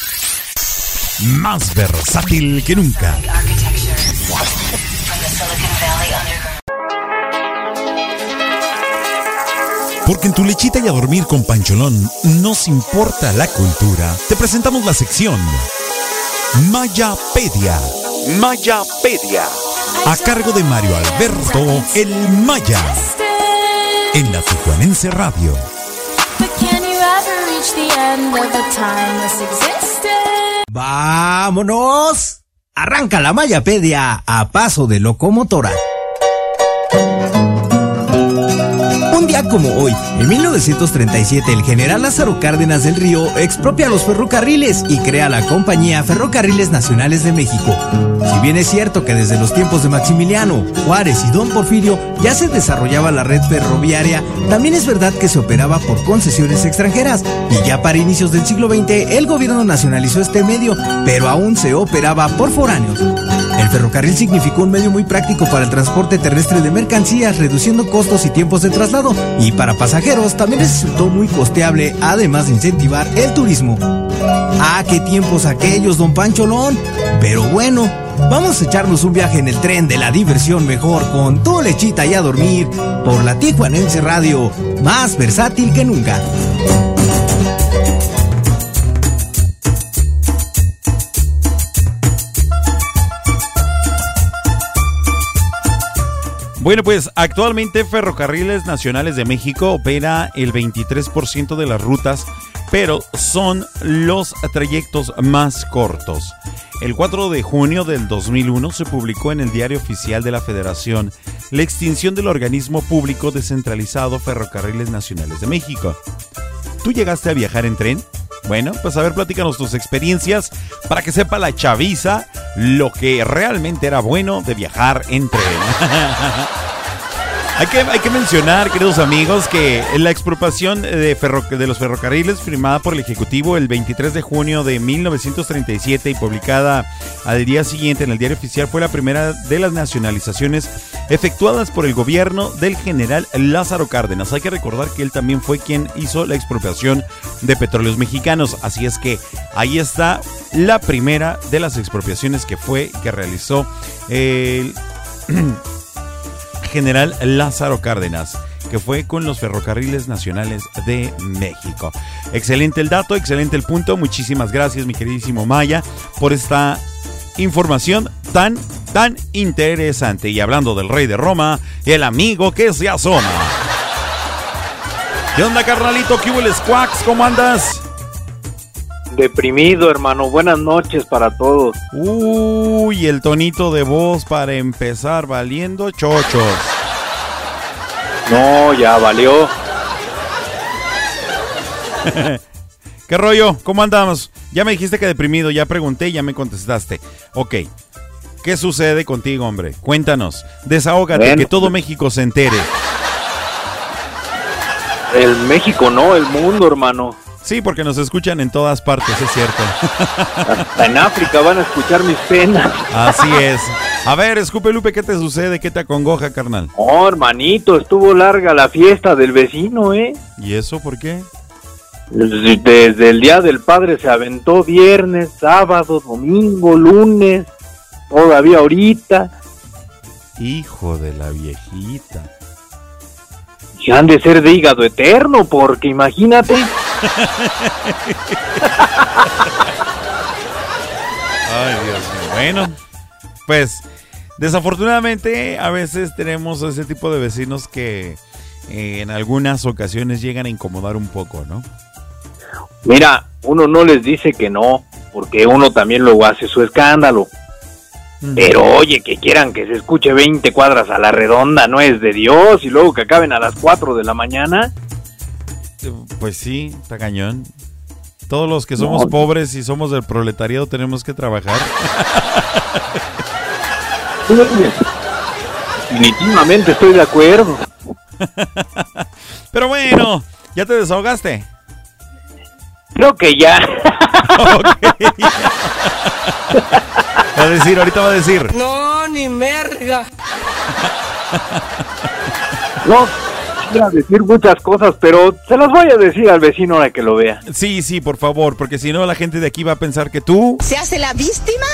M: Más versátil que nunca. Porque en tu lechita y a dormir con Pancholón nos importa la cultura. Te presentamos la sección Mayapedia. Mayapedia. A cargo de Mario Alberto El Maya. En la Tijuanense Radio.
P: ¡Vámonos! Arranca la Mayapedia a paso de locomotora. Un día como hoy, en mil novecientos treinta y siete, el general Lázaro Cárdenas del Río expropia los ferrocarriles y crea la compañía Ferrocarriles Nacionales de México. Si bien es cierto que desde los tiempos de Maximiliano, Juárez y Don Porfirio ya se desarrollaba la red ferroviaria, también es verdad que se operaba por concesiones extranjeras, y ya para inicios del siglo veinte el gobierno nacionalizó este medio, pero aún se operaba por foráneos. El ferrocarril significó un medio muy práctico para el transporte terrestre de mercancías, reduciendo costos y tiempos de traslado, y para pasajeros también resultó muy costeable, además de incentivar el turismo. ¡Ah, qué tiempos aquellos, don Pancholón! Pero bueno, vamos a echarnos un viaje en el tren de la diversión mejor con tu lechita y a dormir por la Tijuanense Radio, más versátil que nunca.
A: Bueno, pues actualmente Ferrocarriles Nacionales de México opera el veintitrés por ciento de las rutas, pero son los trayectos más cortos. El cuatro de junio del dos mil uno se publicó en el Diario Oficial de la Federación la extinción del organismo público descentralizado Ferrocarriles Nacionales de México. ¿Tú llegaste a viajar en tren? Bueno, pues a ver, platícanos tus experiencias para que sepa la chaviza lo que realmente era bueno de viajar en tren. Hay que, hay que mencionar, queridos amigos, que la expropiación de, ferro, de los ferrocarriles firmada por el Ejecutivo el veintitrés de junio de mil novecientos treinta y siete y publicada al día siguiente en el Diario Oficial fue la primera de las nacionalizaciones efectuadas por el gobierno del general Lázaro Cárdenas. Hay que recordar que él también fue quien hizo la expropiación de petróleos mexicanos, así es que ahí está la primera de las expropiaciones que fue, que realizó el general Lázaro Cárdenas, que fue con los Ferrocarriles Nacionales de México. Excelente el dato, excelente el punto. Muchísimas gracias, mi queridísimo Maya, por esta información tan, tan interesante. Y hablando del rey de Roma, el amigo que se asoma. ¿Qué onda, carnalito? ¿Qué hubo el Squax? ¿Cómo andas?
V: Deprimido, hermano. Buenas noches para todos.
A: Uy, el tonito de voz para empezar, valiendo chochos.
V: No, ya valió.
A: ¿Qué rollo? ¿Cómo andamos? Ya me dijiste que deprimido, ya pregunté y ya me contestaste. Ok, ¿qué sucede contigo, hombre? Cuéntanos, desahógate, bueno, que todo México se entere.
V: El México no, el mundo, hermano.
A: Sí, porque nos escuchan en todas partes, es cierto.
V: Hasta en África van a escuchar mis penas.
A: Así es. A ver, Escupe Lupe, ¿qué te sucede? ¿Qué te acongoja, carnal?
V: Oh, hermanito, estuvo larga la fiesta del vecino, ¿eh?
A: ¿Y eso por qué?
V: Desde el Día del Padre se aventó viernes, sábado, domingo, lunes, todavía ahorita.
A: Hijo de la viejita.
V: Y han de ser de hígado eterno, porque imagínate.
A: Ay, Dios mío. Bueno, pues desafortunadamente a veces tenemos ese tipo de vecinos que eh, en algunas ocasiones llegan a incomodar un poco, ¿no?
V: Mira, uno no les dice que no, porque uno también luego hace su escándalo. Pero oye, que quieran que se escuche veinte cuadras a la redonda, no es de Dios, y luego que acaben a las cuatro de la mañana.
A: Pues sí, está cañón. Todos los que somos no. pobres y somos del proletariado tenemos que trabajar.
V: Definitivamente estoy de acuerdo.
A: Pero bueno, ¿ya te desahogaste?
V: Creo que ya.
A: Okay. Va a decir, ahorita va a decir.
J: No, ni merga.
V: No, quiero decir muchas cosas, pero se las voy a decir al vecino ahora que lo vea.
A: Sí, sí, por favor, porque si no la gente de aquí va a pensar que tú...
R: ¿Se hace la víctima?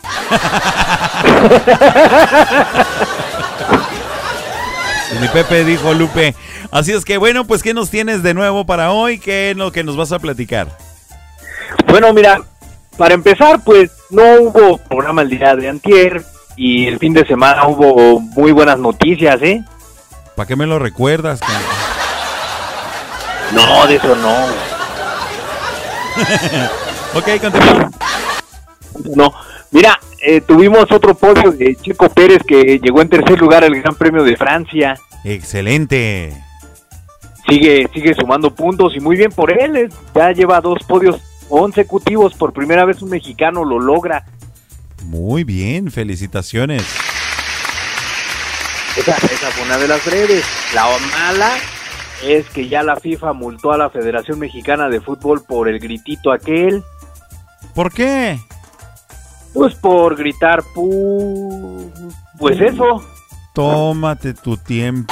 A: Mi Pepe dijo, Lupe. Así es que bueno, pues ¿qué nos tienes de nuevo para hoy? ¿Qué es lo que nos vas a platicar?
V: Bueno, mira, para empezar, pues no hubo programa el día de antier y el fin de semana hubo muy buenas noticias, ¿eh?
A: ¿Para qué me lo recuerdas?
V: No, de eso no.
A: Ok, continúa.
V: No, mira, eh, tuvimos otro podio de Checo Pérez que llegó en tercer lugar al Gran Premio de Francia.
A: Excelente.
V: Sigue, sigue sumando puntos y muy bien por él, eh, ya lleva dos podios consecutivos, por primera vez un mexicano lo logra.
A: Muy bien, felicitaciones.
V: Esa, esa fue una de las breves. La mala es que ya la FIFA multó a la Federación Mexicana de Fútbol por el gritito aquel.
A: ¿Por qué?
V: Pues por gritar, pu... pues eso.
A: Tómate tu tiempo.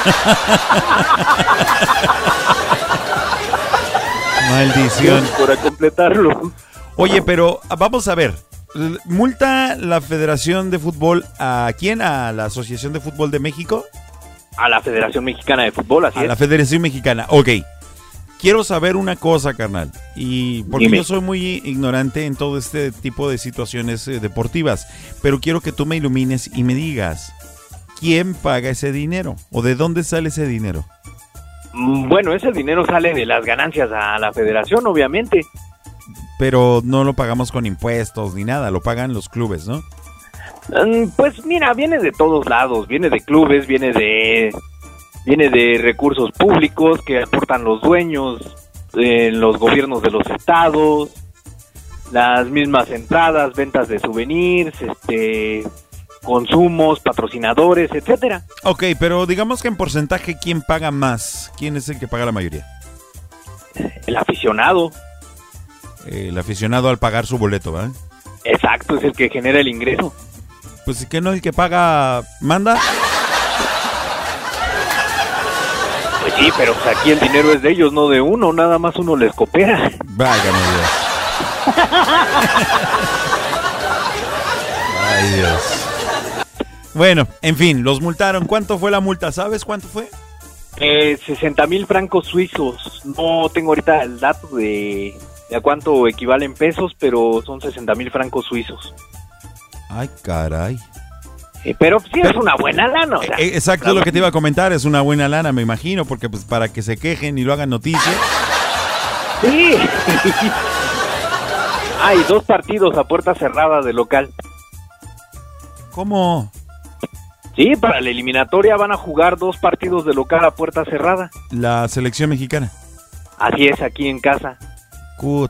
A: Maldición.
V: Para completarlo.
A: Oye, pero vamos a ver. ¿Multa la Federación de Fútbol a quién? ¿A la Asociación de Fútbol de México?
V: A la Federación Mexicana de Fútbol, así
A: a
V: es.
A: la Federación Mexicana, ok. Quiero saber una cosa, carnal. Y porque
V: Dime.
A: yo soy muy ignorante en todo este tipo de situaciones eh, deportivas. Pero quiero que tú me ilumines y me digas, ¿quién paga ese dinero? ¿O de dónde sale ese dinero?
V: Bueno, ese dinero sale de las ganancias a la federación, obviamente.
A: Pero no lo pagamos con impuestos ni nada, lo pagan los clubes, ¿no?
V: Pues mira, viene de todos lados, viene de clubes, viene de viene de recursos públicos que aportan los dueños, eh, los gobiernos de los estados, las mismas entradas, ventas de souvenirs, este, consumos, patrocinadores, etcétera.
A: Ok, pero digamos que en porcentaje, ¿quién paga más? ¿Quién es el que paga la mayoría?
V: El aficionado.
A: El aficionado al pagar su boleto, ¿verdad?
V: Exacto, es el que genera el ingreso.
A: Pues ¿qué no el que paga manda?
V: Pues sí, pero pues aquí el dinero es de ellos, no de uno, nada más uno les coopera.
A: Válgame Dios. Ay, Dios. Bueno, en fin, los multaron. ¿Cuánto fue la multa? ¿Sabes cuánto fue?
V: Eh, sesenta mil francos suizos. No tengo ahorita el dato de, de a cuánto equivalen pesos, pero son sesenta mil francos suizos.
A: Ay, caray.
V: Eh, pero sí es una buena lana. O sea,
A: eh, exacto, lo que te iba a comentar, es una buena lana, me imagino, porque pues para que se quejen y lo hagan noticia.
V: Sí. Hay dos partidos a puerta cerrada de local.
A: ¿Cómo?
V: Sí, para la eliminatoria van a jugar dos partidos de local a puerta cerrada.
A: La selección mexicana.
V: Así es, aquí en casa.
A: Cut.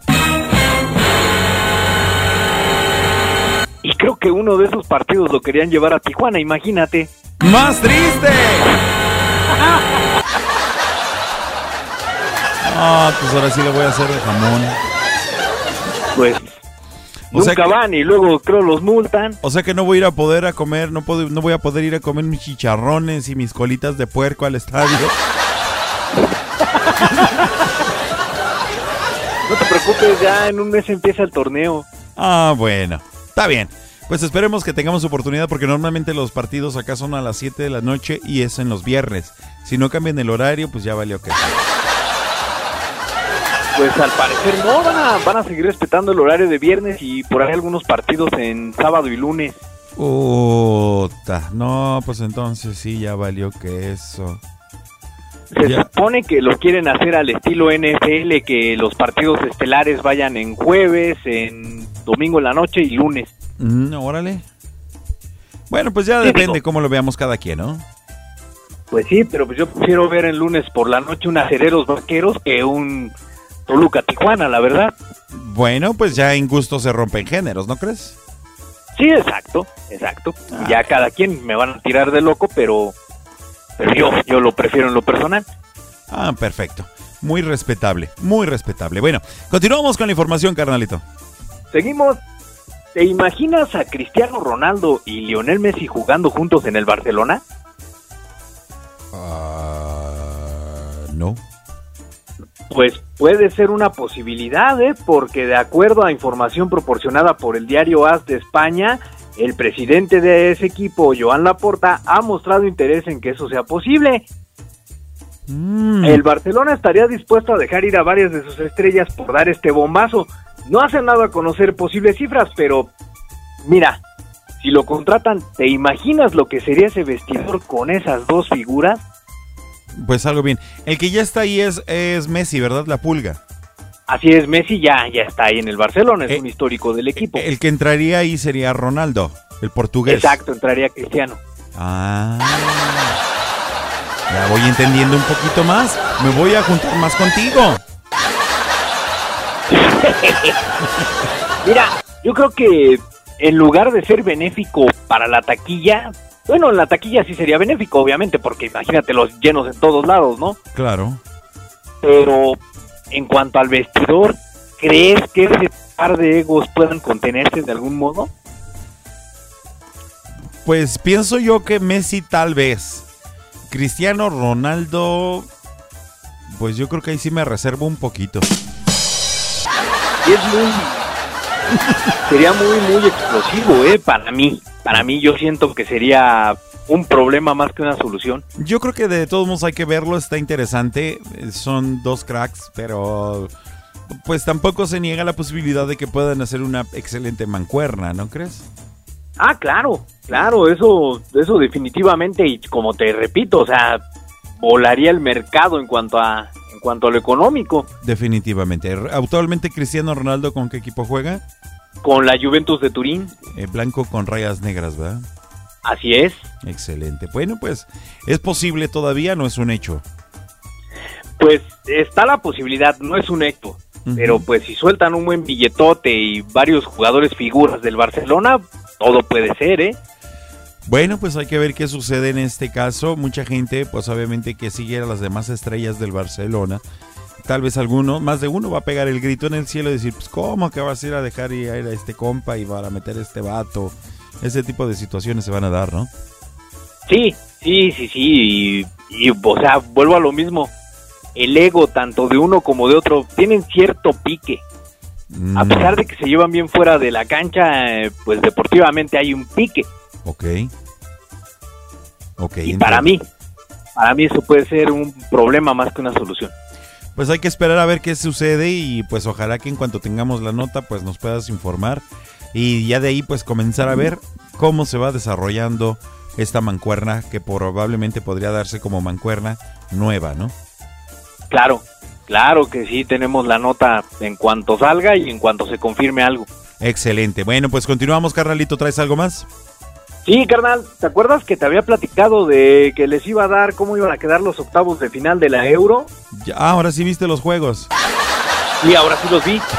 V: Y creo que uno de esos partidos lo querían llevar a Tijuana, imagínate.
A: ¡Más triste! Ah, pues ahora sí le voy a hacer de jamón.
V: Pues
A: O sea
V: nunca
A: que-
V: van y luego creo los multan.
A: O sea que no voy a ir a poder a comer, no puedo, no voy a poder ir a comer mis chicharrones y mis colitas de puerco al estadio.
V: No te preocupes, ya en un mes empieza el torneo.
A: Ah, bueno, está bien. Pues esperemos que tengamos oportunidad porque normalmente los partidos acá son a las siete de la noche y es en los viernes. Si no cambian el horario, pues ya valió que.
V: Pues al parecer no, van a, van a seguir respetando el horario de viernes y por ahí algunos partidos en sábado y lunes.
A: Puta, no, pues entonces sí, ya valió que eso.
V: Se
A: Ya.
V: supone que lo quieren hacer al estilo N F L, que los partidos estelares vayan en jueves, en domingo en la noche y lunes.
A: Mm, órale. Bueno, pues ya
V: Sí,
A: depende
V: digo.
A: cómo lo veamos cada quien, ¿no?
V: Pues sí, pero pues yo prefiero ver el lunes por la noche un Acereros Vaqueros que un Toluca Tijuana, la verdad.
A: Bueno, pues ya en gusto se rompen géneros, ¿no crees?
V: Sí, exacto, exacto.
A: Ah.
V: Ya cada quien me van a tirar de loco, pero, pero yo, yo lo prefiero en lo personal.
A: Ah, perfecto. Muy respetable, muy respetable. Bueno, continuamos con la información, carnalito.
V: Seguimos. ¿Te imaginas a Cristiano Ronaldo y Lionel Messi jugando juntos en el Barcelona?
A: No.
V: Pues puede ser una posibilidad, ¿eh? Porque de acuerdo a información proporcionada por el diario AS de España, el presidente de ese equipo, Joan Laporta, ha mostrado interés en que eso sea posible.
A: Mm.
V: El Barcelona estaría dispuesto a dejar ir a varias de sus estrellas por dar este bombazo. No hacen nada a conocer posibles cifras, pero mira, si lo contratan, ¿te imaginas lo que sería ese vestidor con esas dos figuras?
A: Pues algo bien. El que ya está ahí es, es Messi, ¿verdad? La pulga.
V: Así es, Messi ya, ya está ahí en el Barcelona, es
A: Eh,
V: un histórico del equipo.
A: El que entraría ahí sería Ronaldo, el portugués.
V: Exacto, entraría Cristiano.
A: Ah. Ya voy entendiendo un poquito más. Me voy a juntar más contigo.
V: Mira, yo creo que en lugar de ser benéfico para la taquilla, bueno, en la taquilla sí sería benéfico, obviamente, porque imagínate los llenos en todos lados, ¿no?
A: Claro.
V: Pero en cuanto al vestidor, ¿crees que ese par de egos puedan contenerse de algún modo?
A: Pues pienso yo que Messi tal vez. Cristiano Ronaldo, pues yo creo que ahí sí me reservo un poquito.
V: Y es muy... sería muy, muy explosivo, ¿eh? Para mí. Para mí yo siento que sería un problema más que una solución.
A: Yo creo que de todos modos hay que verlo, está interesante. Son dos cracks, pero pues tampoco se niega la posibilidad de que puedan hacer una excelente mancuerna, ¿no crees?
V: Ah, claro, claro, eso, eso definitivamente, y como te repito, o sea, volaría el mercado en cuanto a, en cuanto a lo económico.
A: Definitivamente. Actualmente Cristiano Ronaldo, ¿con qué equipo juega?
V: Con la Juventus de Turín.
A: Eh, blanco con rayas negras, ¿verdad?
V: Así es.
A: Excelente. Bueno, pues es posible todavía, no es un hecho.
V: Pues está la posibilidad, no es un hecho, uh-huh. Pero pues si sueltan un buen billetote y varios jugadores figuras del Barcelona, todo puede ser, ¿eh?
A: Bueno, pues hay que ver qué sucede en este caso. Mucha gente, pues obviamente que sigue a las demás estrellas del Barcelona. Tal vez alguno, más de uno va a pegar el grito en el cielo y decir, pues cómo que vas a ir a dejar ir a este compa y para meter este vato. Ese tipo de situaciones se van a dar, ¿no?
V: Sí, sí, sí, sí, y, y o sea, vuelvo a lo mismo. El ego, tanto de uno como de otro, tienen cierto pique. Mm. A pesar de que se llevan bien fuera de la cancha, eh, pues deportivamente hay un pique.
A: Ok. Ok.
V: Y para mí, para mí eso puede ser un problema más que una solución.
A: Pues hay que esperar a ver qué sucede y pues ojalá que en cuanto tengamos la nota pues nos puedas informar y ya de ahí pues comenzar a ver cómo se va desarrollando esta mancuerna que probablemente podría darse como mancuerna nueva, ¿no?
V: Claro, claro que sí, tenemos la nota en cuanto salga y en cuanto se confirme algo.
A: Excelente, bueno pues continuamos, carnalito, ¿traes algo más?
V: Sí, carnal, ¿te acuerdas que te había platicado de que les iba a dar cómo iban a quedar los octavos de final de la Euro?
A: Ya, ahora sí viste los juegos.
V: Sí, ahora sí los vi.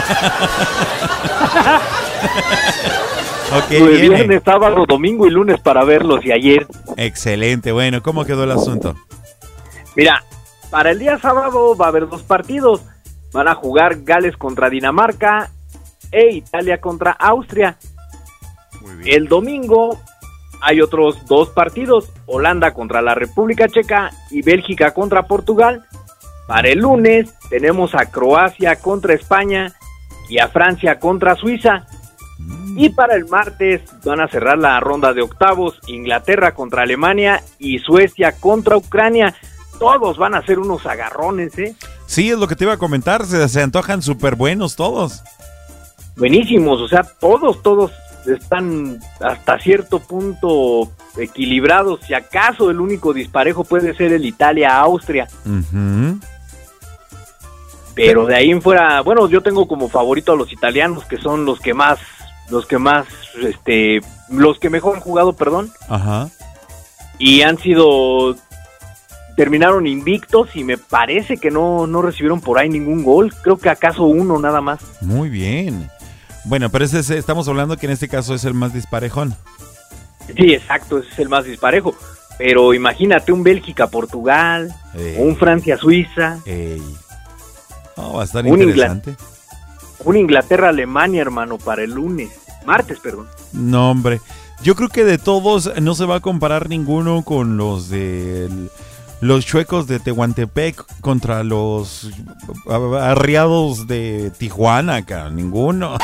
A: Ok,
V: pues viernes, sábado, domingo y lunes para verlos y ayer.
A: Excelente, bueno, ¿cómo quedó el asunto?
V: Mira, para el día sábado va a haber dos partidos. Van a jugar Gales contra Dinamarca e Italia contra Austria. Muy bien. El domingo hay otros dos partidos, Holanda contra la República Checa y Bélgica contra Portugal. Para el lunes tenemos a Croacia contra España y a Francia contra Suiza. Y para el martes van a cerrar la ronda de octavos, Inglaterra contra Alemania y Suecia contra Ucrania. Todos van a ser unos agarrones, ¿eh?
A: Sí, es lo que te iba a comentar, se, se antojan súper buenos todos.
V: Buenísimos, o sea, todos, todos están hasta cierto punto equilibrados. Si acaso el único disparejo puede ser el Italia-Austria.
A: Uh-huh.
V: Pero de ahí en fuera, bueno, yo tengo como favorito a los italianos, que son los que más... los que más, este, los que mejor han jugado, perdón.
A: Ajá.
V: Y han sido, terminaron invictos y me parece que no, no recibieron por ahí ningún gol. Creo que acaso uno nada más.
A: Muy bien. Bueno, pero ese es, estamos hablando que en este caso es el más disparejón.
V: Sí, exacto, ese es el más disparejo. Pero imagínate un Bélgica-Portugal, un Francia-Suiza.
A: Oh, va a estar interesante.
V: Ingl- un Inglaterra-Alemania, hermano, para el lunes. Martes, perdón.
A: No, hombre. Yo creo que de todos no se va a comparar ninguno con los de los chuecos de Tehuantepec contra los arriados de Tijuana, cara. Ninguno.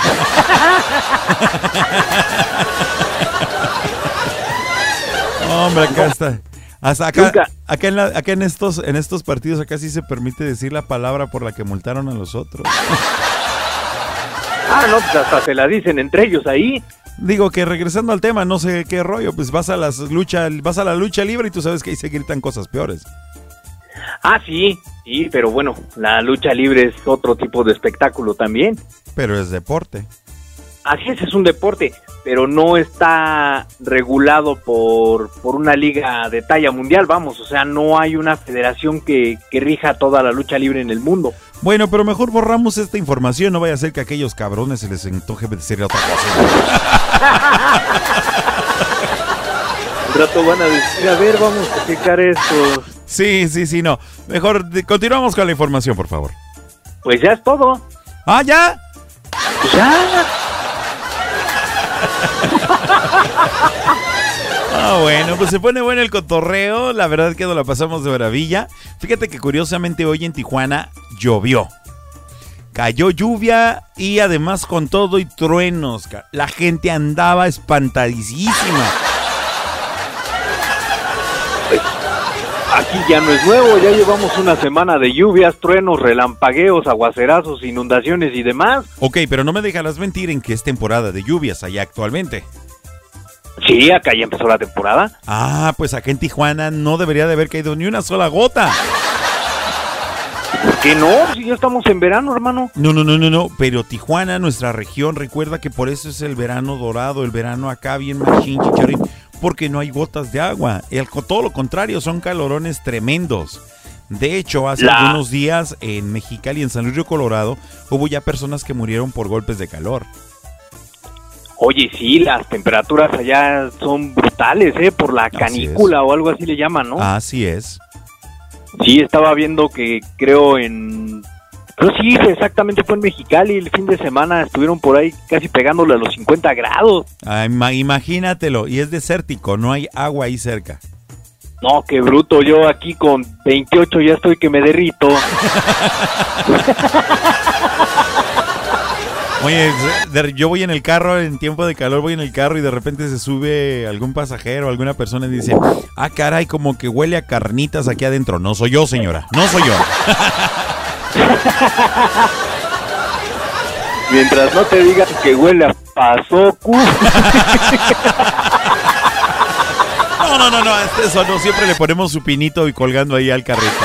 A: Hombre, acá está. Hasta acá, acá, en la, acá en estos en estos partidos acá sí se permite decir la palabra por la que multaron a los otros.
V: Ah, no, pues hasta se la dicen entre ellos ahí.
A: Digo que regresando al tema, no sé qué rollo, pues vas a las lucha, vas a la lucha libre y tú sabes que ahí se gritan cosas peores.
V: Ah, sí, sí, pero bueno, la lucha libre es otro tipo de espectáculo también.
A: Pero es deporte.
V: Así es, es un deporte, pero no está regulado por, por una liga de talla mundial, vamos, o sea, no hay una federación que, que rija toda la lucha libre en el mundo.
A: Bueno, pero mejor borramos esta información, no vaya a ser que a aquellos cabrones se les antoje decir otra cosa.
V: Un rato van a decir, a ver, vamos a checar esto.
A: Sí, sí, sí, no. Mejor continuamos con la información, por favor.
V: Pues ya es todo.
A: ¿Ah, ya?
V: Pues ya.
A: Ah, bueno, pues se pone bueno el cotorreo. La verdad es que nos la pasamos de maravilla. Fíjate que curiosamente hoy en Tijuana llovió. Cayó lluvia y además con todo y truenos. La gente andaba espantadísima.
V: Pues, aquí ya no es nuevo, ya llevamos una semana de lluvias, truenos, relampagueos, aguacerazos, inundaciones y demás.
A: Ok, pero no me dejarás mentir en que es temporada de lluvias allá actualmente.
V: Sí, acá ya empezó la temporada.
A: Ah, pues acá en Tijuana no debería de haber caído ni una sola gota.
V: ¿Por qué no? Si ya estamos en verano, hermano.
A: No, no, no, no, no, pero Tijuana, nuestra región, recuerda que por eso es el verano dorado, el verano acá bien machín, chicharín, porque no hay gotas de agua. El, todo lo contrario, son calorones tremendos. De hecho, hace la... algunos días en Mexicali, en San Luis Río Colorado, hubo ya personas que murieron por golpes de calor.
V: Oye, sí, las temperaturas allá son brutales, ¿eh? Por la canícula o algo así le llaman, ¿no?
A: Así es.
V: Sí, estaba viendo que creo en... Creo sí, exactamente fue en Mexicali el fin de semana, estuvieron por ahí casi pegándole a los cincuenta grados.
A: Ah, imagínatelo, y es desértico, no hay agua ahí cerca.
V: No, qué bruto, yo aquí con veintiocho ya estoy que me derrito.
A: Oye, yo voy en el carro, en tiempo de calor voy en el carro y de repente se sube algún pasajero, alguna persona y dice, ah, caray, como que huele a carnitas aquí adentro. No soy yo, señora, no soy yo.
V: Mientras no te digan que huele a pasoku.
A: No, no, no, no, eso no, siempre le ponemos su pinito y colgando ahí al carrito.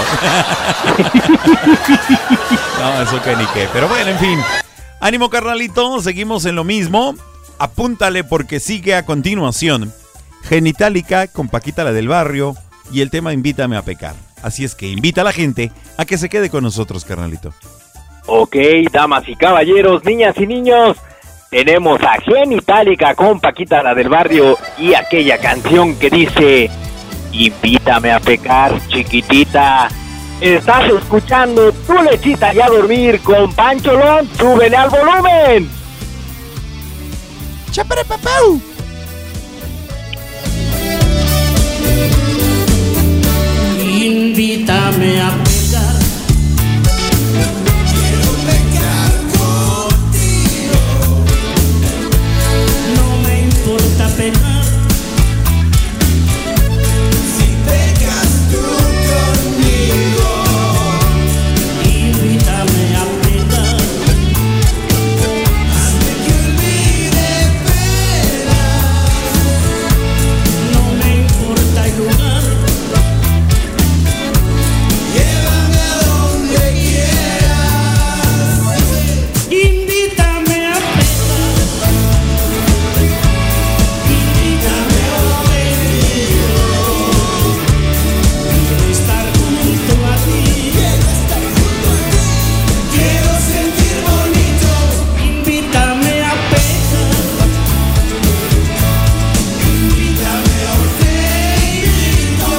A: No, eso que ni qué, pero bueno, en fin. Ánimo, carnalito, seguimos en lo mismo. Apúntale porque sigue a continuación Genitalica con Paquita la del barrio y el tema Invítame a pecar. Así es que invita a la gente a que se quede con nosotros, carnalito.
V: Ok, damas y caballeros, niñas y niños, tenemos a Genitalica con Paquita la del barrio y aquella canción que dice Invítame a pecar, chiquitita. Estás escuchando Tu Lechita y a Dormir con Pancholón. ¡Súbele al volumen!
B: ¡Chapere papau!
J: Invítame a pecar.
C: Quiero pecar contigo.
J: No me importa pecar.
C: Si pecas tú conmigo.
J: Invítame a pecar.
C: Hazme que olvide penas.
J: No me importa el lugar.
C: Llévame a donde quieras.
J: Invítame a pecar. Invítame a beber. Quiero estar junto a ti.
C: Quiero estar junto a ti. Quiero sentir bonito.
J: Invítame a pecar.
C: Invítame a te invito.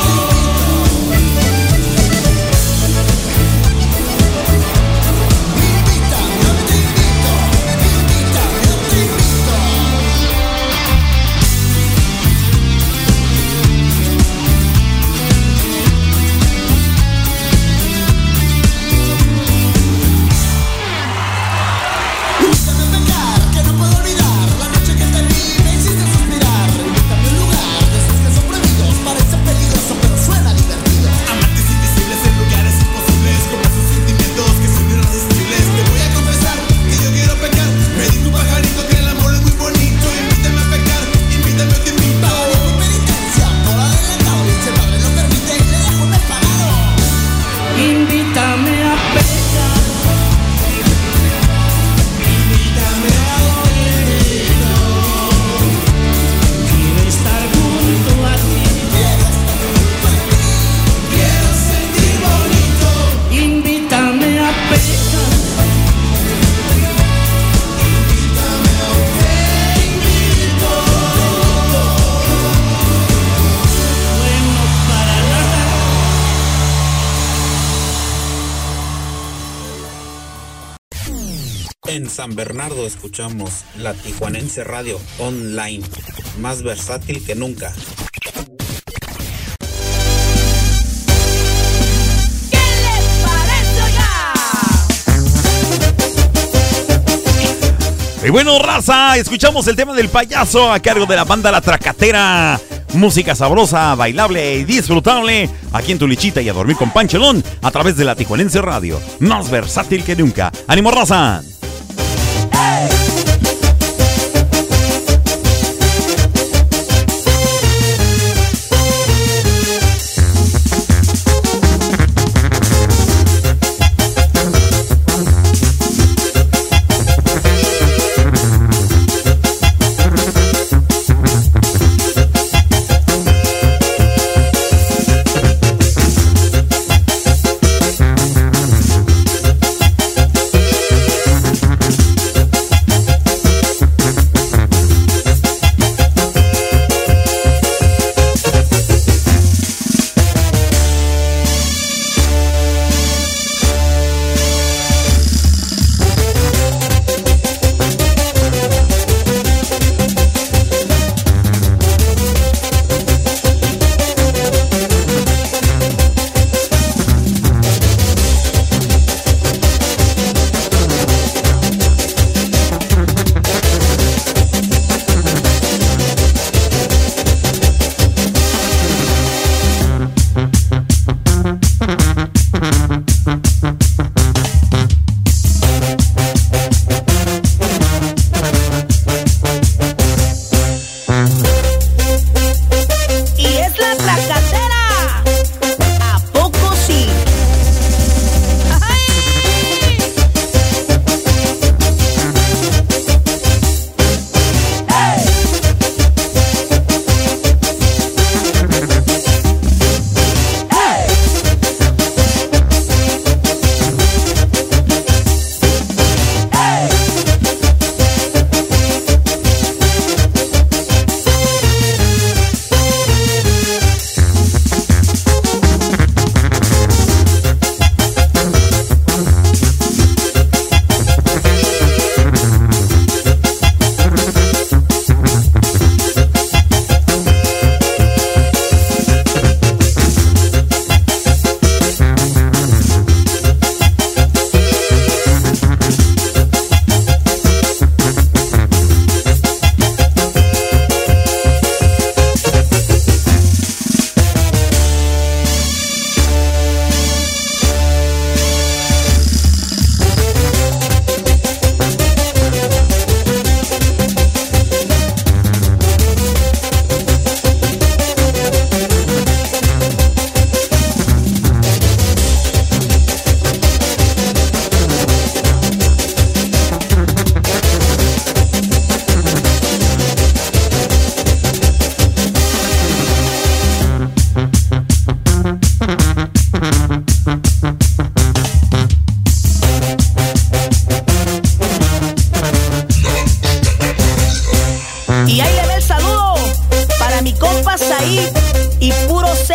C: Invítame a pecar, que no puedo olvidar la noche que te vi, me hiciste suspirar. Invítame a un lugar de esos que son prohibidos, parece peligroso pero suena divertido. Amantes invisibles en lugares imposibles, con esos sentimientos que son irresistibles. Te voy a confesar que yo quiero pecar. Me di tu pajarito que el amor es muy bonito. Invítame a pecar, invítame a te invito. Pagaré mi penitencia por adelantado, y si el padre lo permite, le dejo un mes pagado.
J: Invítame a pecar.
C: Invítame a dormir.
J: Quiero estar junto a ti.
C: Quiero estar junto a ti. Quiero sentir bonito.
J: Invítame a pecar.
C: Invítame a te invito.
J: Bueno para nada.
D: En San Bernardo escuchamos la Tijuanense Radio Online, más versátil que nunca.
A: Y bueno, raza, escuchamos el tema del payaso a cargo de la banda La Tracatera. Música sabrosa, bailable y disfrutable aquí en Tu Lechita y a Dormir con Pancholón a través de la Tijuanense Radio, más versátil que nunca. ¡Ánimo, raza!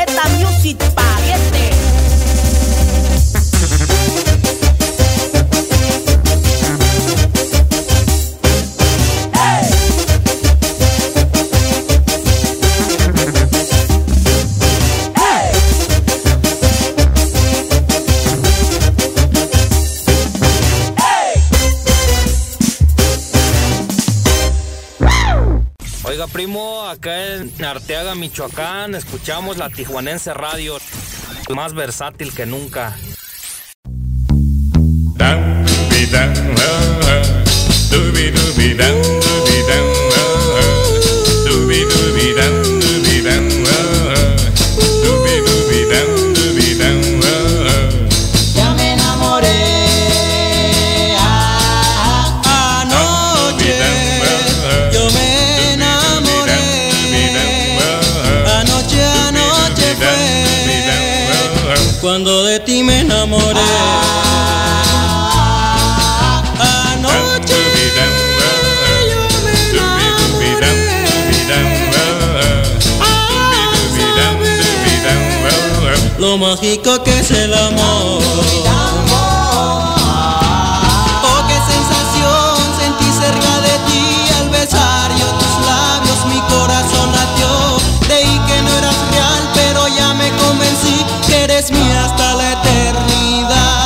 B: Z Music, pariente.
E: Oiga, primo, acá en Arteaga, Michoacán, escuchamos la Tijuanense Radio, más versátil que nunca.
C: Ya me enamoré anoche, yo me enamoré anoche, anoche fue cuando de ti me enamoré. Anoche yo me enamoré. Ah, lo mágico que es el amor. Oh, qué sensación sentí cerca de ti al besar yo tus labios, mi corazón latió. Creí que no eras real, pero ya me convencí que eres mía hasta la eternidad.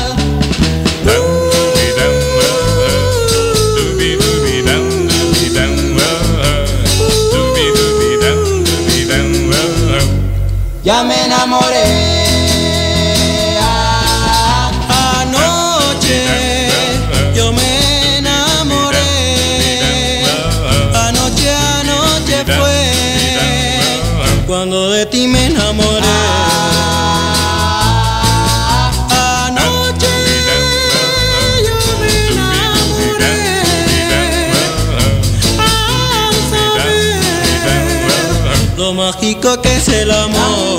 C: Ya me enamoré anoche, yo me enamoré anoche, anoche fue cuando de ti me enamoré. Anoche yo me enamoré. Al saber lo mágico que es el amor.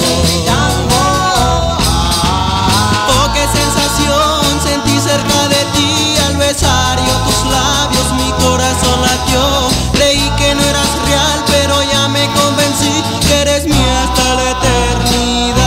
C: Oh, qué sensación sentí cerca de ti al besar yo tus labios, mi corazón latió. Creí que no eras real, pero ya me convencí que eres mía hasta la eternidad.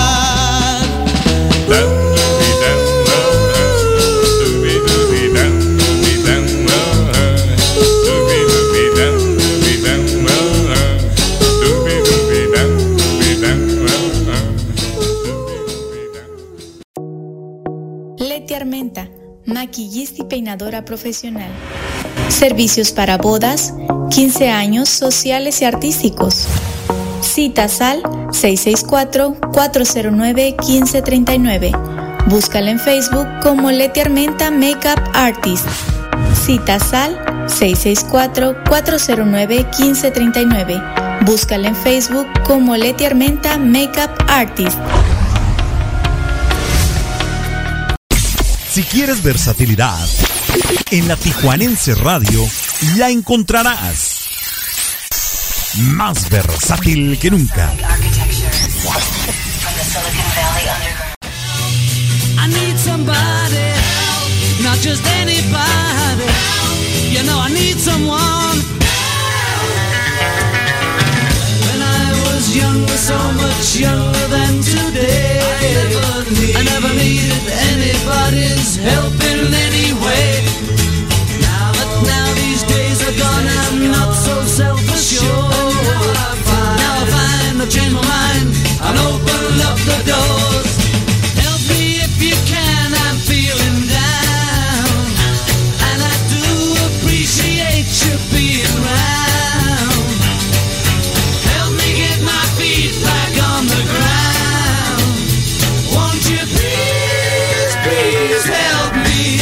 H: Leti Armenta, maquillista y peinadora profesional. Servicios para bodas, quince años, sociales y artísticos. Citas al seis seis cuatro, cuatro cero nueve, uno cinco tres nueve. Búscala en Facebook como Leti Armenta Makeup Artist. Citas al seis seis cuatro, cuatro cero nueve, uno cinco tres nueve. Búscala en Facebook como Leti Armenta Makeup Artist.
M: Si quieres versatilidad, en la Tijuanense Radio la encontrarás. Más versátil que nunca.
C: I need somebody, not just anybody. You know I need someone. When I was younger, so much younger than today, I never needed anybody's help in any way. But now these days are gone, I'm not so self-assured. Now I find I've changed my mind and opened up the doors. Help me if you can, I'm feeling down, and I do appreciate you being around. Help me get my feet back on the ground. Won't you please, please help me?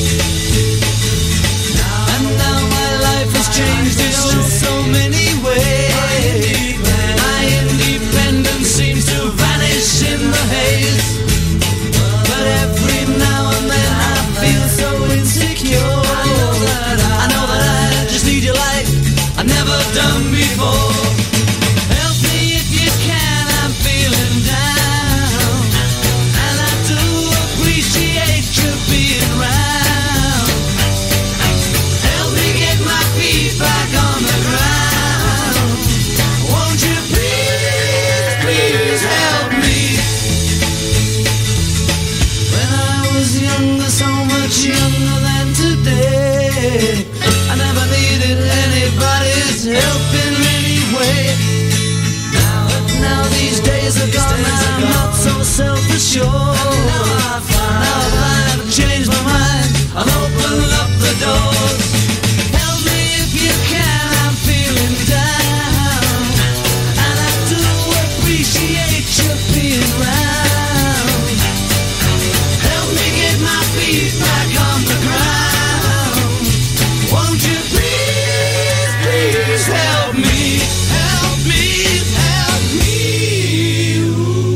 C: And now my life has changed in so, so many ways. My independence seems to vanish in the haze. But every now and then I feel so insecure. I know that I, I know that I just need you like day. I never needed anybody's help in any way. Now, now these days are gone, I'm not so self-assured. Now I find, now I find I've changed my mind. I'll open up the doors. Help me if you can, I'm feeling down. And I do appreciate you being round. Help me get my feet back on the ground. Won't you please, please help me, help me, help me.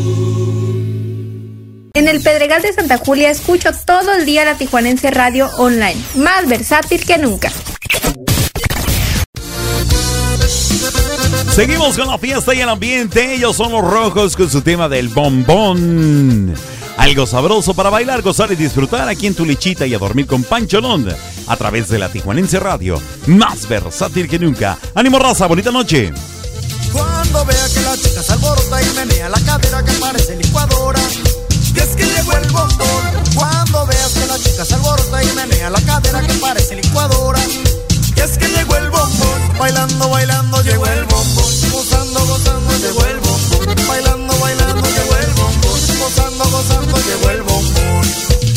U: En el Pedregal de Santa Julia escucho todo el día la Tijuanense Radio Online, más versátil que nunca.
A: Seguimos con la fiesta y el ambiente. Ellos son los Rojos con su tema del bombón. Algo sabroso para bailar, gozar y disfrutar aquí en tu lechita y a dormir con Pancholón a través de la Tijuanense Radio, más versátil que nunca. ¡Ánimo, raza! ¡Bonita noche!
C: Cuando vea que la chica se alborota y menea la cadera que parece licuadora, y es que llegó el bombón. Cuando veas que la chica se alborota y menea la cadera que parece licuadora, y es que llegó el bombón. Bailando, bailando, llegó el bombón. Gozando, gozando, llegó el bombón. Bailando, bailando, llegó el bombón. Gozando, gozando, llegó el bombón.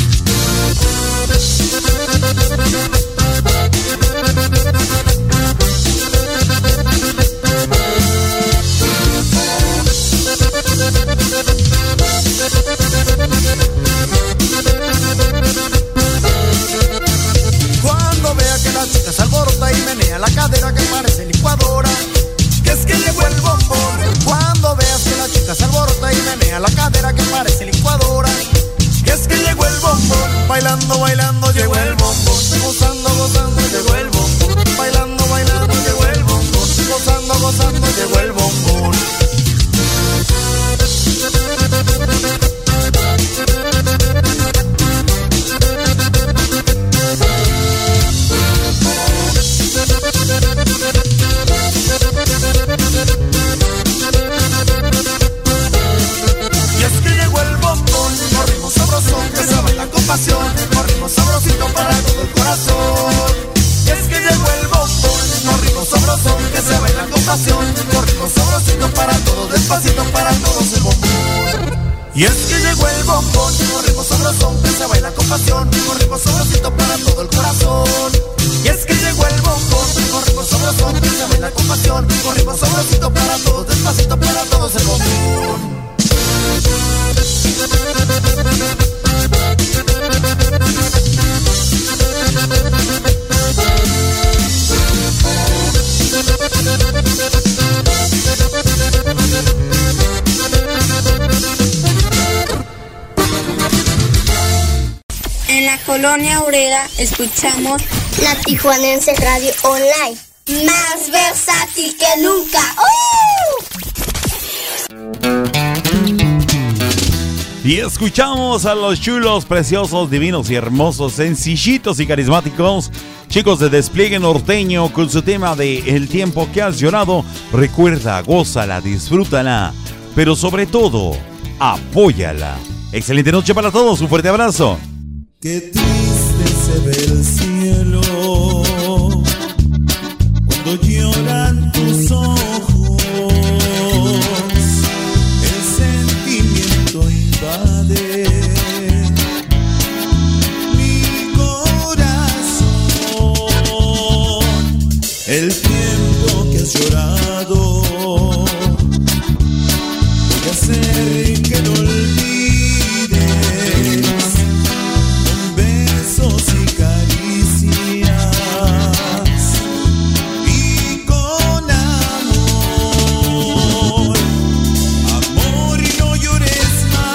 C: Cuando vea que la chica se alborota y menea la cadera que parece licuadora, que es que llegó el bombón. Cuando veas que la chica se alborota y menea la cadera que parece licuadora, que es que llegó el bombón. Bailando, bailando, llegó el bombón. Gozando, gozando, llegó el bombón. Bailando, bailando, llegó el bombón. Gozando, gozando, llegó el bombón. Y es que llegó el bombón, con ritmo sabrosón que se baila con pasión, con ritmo sabrosito para todo el corazón. Y es que llegó el bombón, con ritmo sabrosón que se baila con pasión, con ritmo sabrosito para todo, despacito para todos el bombón. Y es que llegó el bombón, con ritmo sabrosón que se baila con pasión, con ritmo sabrosito para todo el corazón. Y es que llegó el bombón, con ritmo sabrosón que se baila con pasión, con ritmo sabrosito para todos, despacito para todos el bombón.
R: En la colonia obrera escuchamos la Tijuanense Radio Online, más versátil que nunca. ¡Uh!
A: Y escuchamos a los chulos, preciosos, divinos y hermosos, sencillitos y carismáticos, chicos de Despliegue Norteño con su tema de El tiempo que has llorado. Recuerda, gózala, disfrútala, pero sobre todo, apóyala. Excelente noche para todos, un fuerte abrazo.
T: Qué triste se ve el cielo cuando lloran tus ojos. El sentimiento invade mi corazón. El tiempo que has llorado voy a hacer que no olvides. Y caricias y con amor, amor y no llores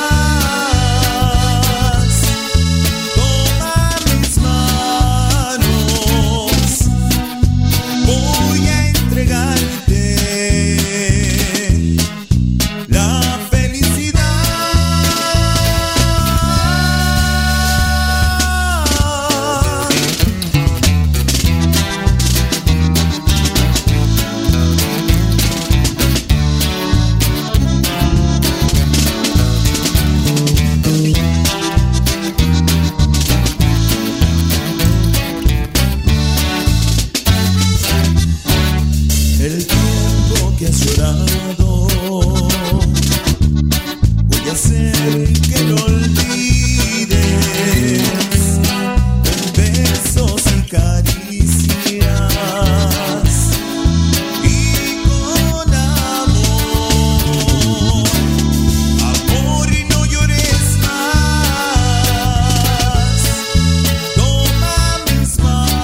T: más. Toma mis manos, voy a entregarte que has llorado, voy a hacer que lo olvides con besos y caricias y con amor. Amor, y no llores más, toma mis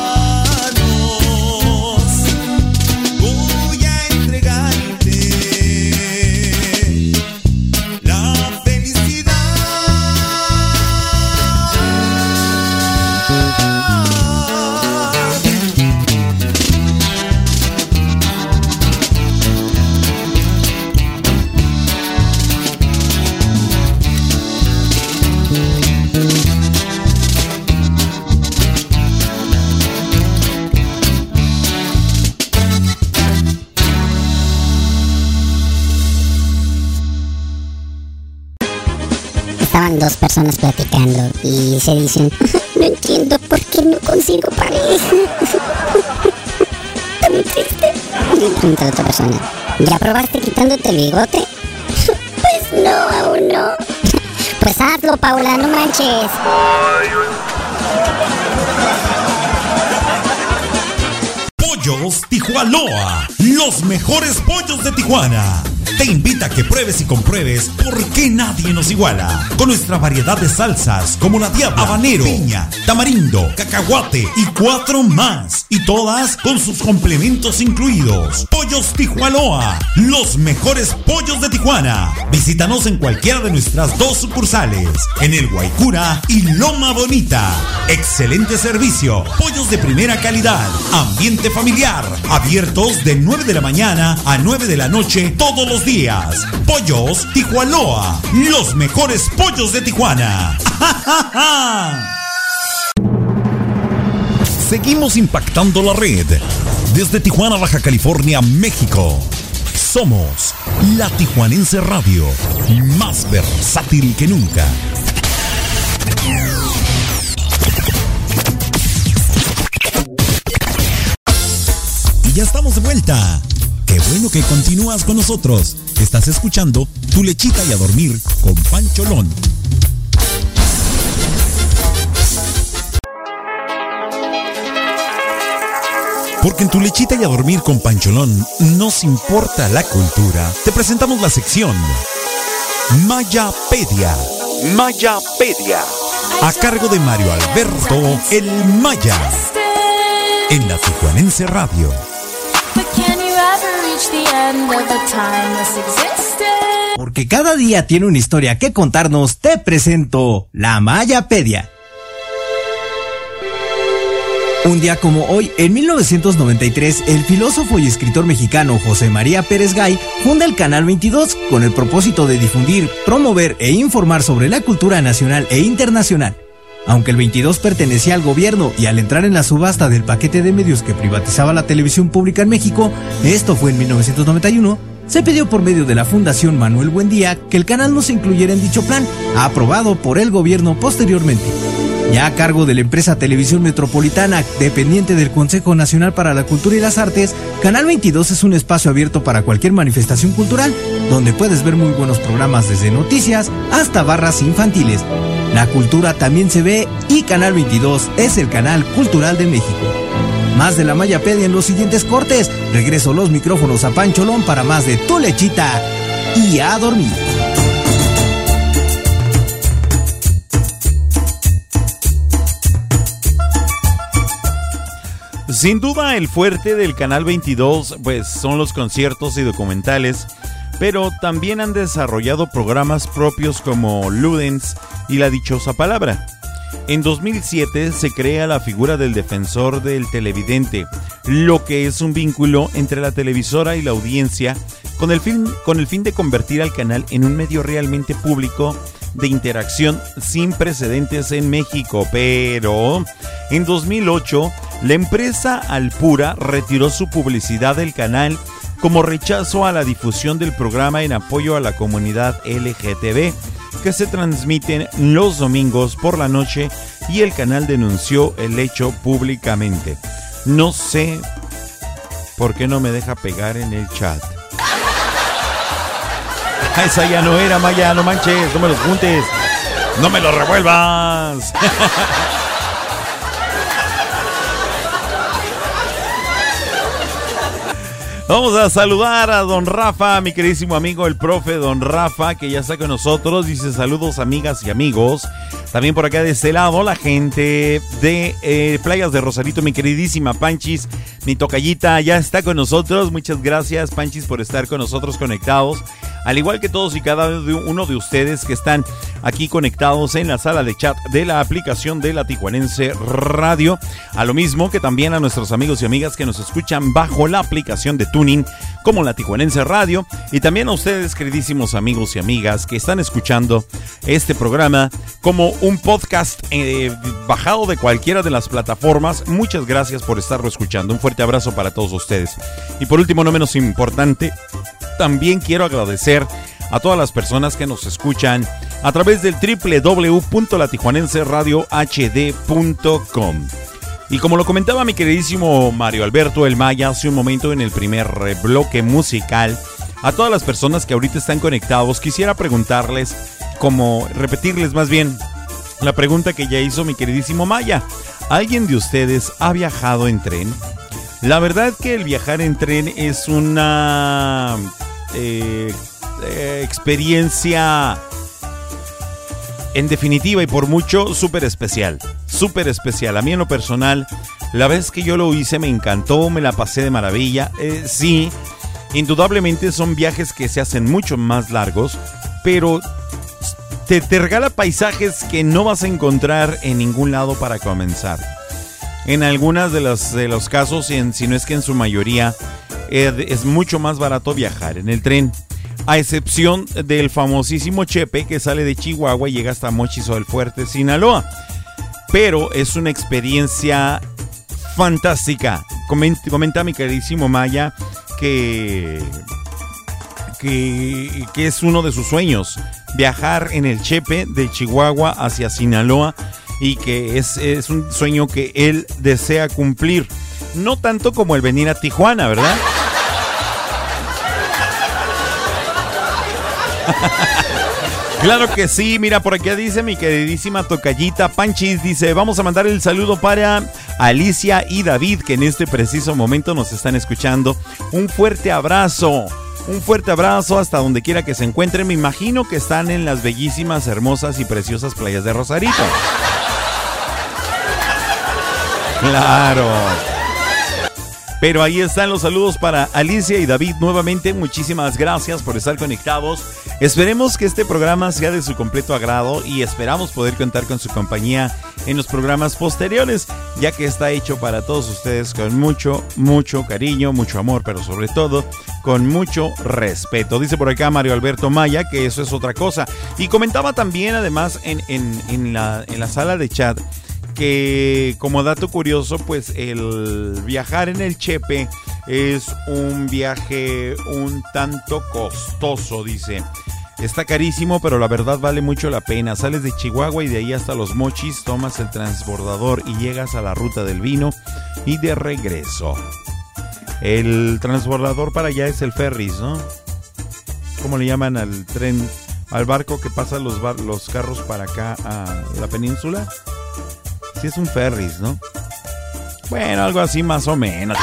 T: manos, voy a entregarte la felicidad.
N: Estaban dos personas platicando y se dicen: no entiendo por qué no consigo pareja. Está muy triste. Y le pregunta a la otra persona: ¿ya probaste quitándote el bigote? Pues no, aún no. Pues hazlo, Paula, no manches.
M: Pollos Tijualoa, los mejores pollos de Tijuana. Te invita a que pruebes y compruebes por qué nadie nos iguala. Con nuestra variedad de salsas como la diabla, habanero, piña, tamarindo, cacahuate y cuatro más. Y todas con sus complementos incluidos. Pollos Tijualoa, los mejores pollos de Tijuana. Visítanos en cualquiera de nuestras dos sucursales, en el Guaycura y Loma Bonita. Excelente servicio, pollos de primera calidad, ambiente familiar, abiertos de nueve de la mañana a nueve de la noche todos los días. Pollos Tijualoa, los mejores pollos de Tijuana. Seguimos impactando la red desde Tijuana, Baja California, México. Somos la Tijuanense Radio, más versátil que nunca. Y ya estamos de vuelta. Qué bueno que continúas con nosotros. Estás escuchando Tu Lechita y a Dormir con Pancholón. Porque en Tu Lechita y a Dormir con Pancholón nos importa la cultura. Te presentamos la sección Mayapedia. Mayapedia. A cargo de Mario Alberto El Maya. En la Tijuanense Radio.
P: Porque cada día tiene una historia que contarnos, te presento la Mayapedia. Un día como hoy, en mil novecientos noventa y tres, el filósofo y escritor mexicano José María Pérez Gay funda el Canal veintidós con el propósito de difundir, promover e informar sobre la cultura nacional e internacional. Aunque el veintidós pertenecía al gobierno y al entrar en la subasta del paquete de medios que privatizaba la televisión pública en México, esto fue en mil novecientos noventa y uno, se pidió por medio de la Fundación Manuel Buendía que el canal no se incluyera en dicho plan, aprobado por el gobierno posteriormente. Ya a cargo de la empresa Televisión Metropolitana, dependiente del Consejo Nacional para la Cultura y las Artes, Canal veintidós es un espacio abierto para cualquier manifestación cultural, donde puedes ver muy buenos programas desde noticias hasta barras infantiles. La cultura también se ve y Canal veintidós es el canal cultural de México. Más de la Mayapedia en los siguientes cortes. Regreso los micrófonos a Pancholón para más de Tu Lechita y a Dormir.
A: Sin duda el fuerte del Canal veintidós pues son los conciertos y documentales, pero también han desarrollado programas propios como Ludens y La Dichosa Palabra. En dos mil siete se crea la figura del defensor del televidente, lo que es un vínculo entre la televisora y la audiencia con el fin, con el fin de convertir al canal en un medio realmente público de interacción sin precedentes en México. Pero en dos mil ocho la empresa Alpura retiró su publicidad del canal como rechazo a la difusión del programa en apoyo a la comunidad L G T B que se transmiten los domingos por la noche, y el canal denunció el hecho públicamente. No sé por qué no me deja pegar en el chat. Esa ya no era, Maya, no manches, no me los juntes. ¡No me lo revuelvas! Vamos a saludar a don Rafa, mi queridísimo amigo, el profe don Rafa, que ya está con nosotros. Dice saludos, amigas y amigos. También por acá de este lado, la gente de eh, Playas de Rosarito, mi queridísima Panchis, mi tocallita, ya está con nosotros. Muchas gracias, Panchis, por estar con nosotros conectados. Al igual que todos y cada uno de ustedes que están aquí conectados en la sala de chat de la aplicación de la Tijuanense Radio. A lo mismo que también a nuestros amigos y amigas que nos escuchan bajo la aplicación de Tuning como la Tijuanense Radio. Y también a ustedes, queridísimos amigos y amigas que están escuchando este programa como un podcast eh, bajado de cualquiera de las plataformas. Muchas gracias por estarlo escuchando. Un fuerte abrazo para todos ustedes. Y por último, no menos importante, también quiero agradecer a todas las personas que nos escuchan a través del doble u doble u doble u punto la tijuanense radio h d punto com. Y como lo comentaba mi queridísimo Mario Alberto El Maya hace un momento en el primer bloque musical, a todas las personas que ahorita están conectados, quisiera preguntarles, como repetirles más bien, la pregunta que ya hizo mi queridísimo Maya. ¿Alguien de ustedes ha viajado en tren? La verdad que el viajar en tren es una eh, eh, experiencia, en definitiva y por mucho, súper especial. Súper especial. A mí en lo personal, la vez que yo lo hice me encantó, me la pasé de maravilla. Eh, sí, indudablemente son viajes que se hacen mucho más largos, pero te, te regala paisajes que no vas a encontrar en ningún lado para comenzar. En algunas de los, de los casos, en, si no es que en su mayoría, eh, es mucho más barato viajar en el tren. A excepción del famosísimo Chepe que sale de Chihuahua y llega hasta Mochis o el Fuerte, Sinaloa. Pero es una experiencia fantástica. Comenta, comenta mi queridísimo Maya que, que, que es uno de sus sueños. Viajar en el Chepe de Chihuahua hacia Sinaloa. Y que es, es un sueño que él desea cumplir. No tanto como el venir a Tijuana, ¿verdad? Claro que sí, mira, por aquí dice mi queridísima tocallita Panchis, dice, vamos a mandar el saludo para Alicia y David, que en este preciso momento nos están escuchando. Un fuerte abrazo, un fuerte abrazo hasta donde quiera que se encuentren. Me imagino que están en las bellísimas, hermosas y preciosas playas de Rosarito. Claro. Pero ahí están los saludos para Alicia y David nuevamente. Muchísimas gracias por estar conectados. Esperemos que este programa sea de su completo agrado y esperamos poder contar con su compañía en los programas posteriores, ya que está hecho para todos ustedes con mucho, mucho cariño, mucho amor, pero sobre todo con mucho respeto. Dice por acá Mario Alberto Maya que eso es otra cosa. Y comentaba también además en, en, en, la, en la sala de chat que como dato curioso, pues el viajar en el Chepe es un viaje un tanto costoso, dice. Está carísimo, pero la verdad vale mucho la pena. Sales de Chihuahua y de ahí hasta Los Mochis, tomas el transbordador y llegas a la ruta del vino y de regreso. El transbordador para allá es el ferries, ¿no? ¿Cómo le llaman al tren, al barco que pasa los, bar, los carros para acá a la península? Sí, es un ferries, ¿no? Bueno, algo así más o menos.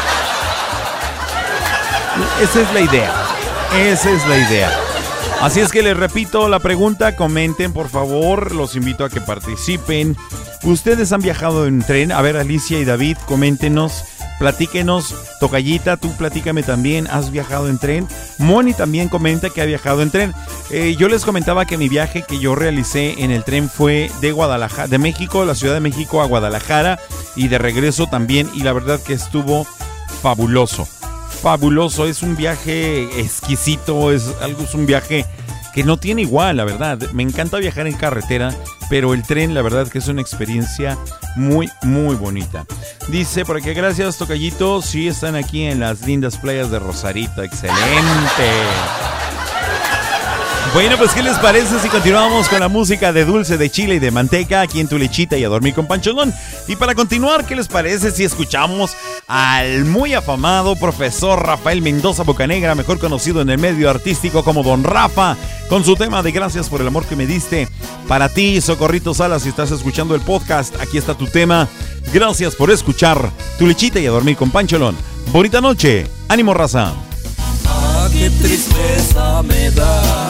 A: Esa es la idea. Esa es la idea. Así es que les repito la pregunta, comenten por favor, los invito a que participen. ¿Ustedes han viajado en tren? A ver, Alicia y David, coméntenos, platíquenos. Tocallita, tú platícame también, ¿has viajado en tren? Moni también comenta que ha viajado en tren. Eh, yo les comentaba que mi viaje que yo realicé en el tren fue de Guadalajara, de México, la Ciudad de México a Guadalajara y de regreso también, y la verdad que estuvo fabuloso. Fabuloso, es un viaje exquisito, es algo, es un viaje que no tiene igual, la verdad. Me encanta viajar en carretera, pero el tren, la verdad que es una experiencia muy, muy bonita. Dice por aquí, gracias tocallito, sí están aquí en las lindas playas de Rosarito, excelente. Bueno, pues ¿qué les parece si continuamos con la música de dulce de chile y de manteca aquí en Tu Lechita y a Dormir con Pancholón? Y para continuar, ¿qué les parece si escuchamos al muy afamado profesor Rafael Mendoza Bocanegra, mejor conocido en el medio artístico como Don Rafa, con su tema de Gracias por el amor que me diste? Para ti, Socorrito Salas, si estás escuchando el podcast, aquí está tu tema. Gracias por escuchar Tu Lechita y a Dormir con Pancholón. Bonita noche, ánimo, raza.
J: Ah, qué tristeza me da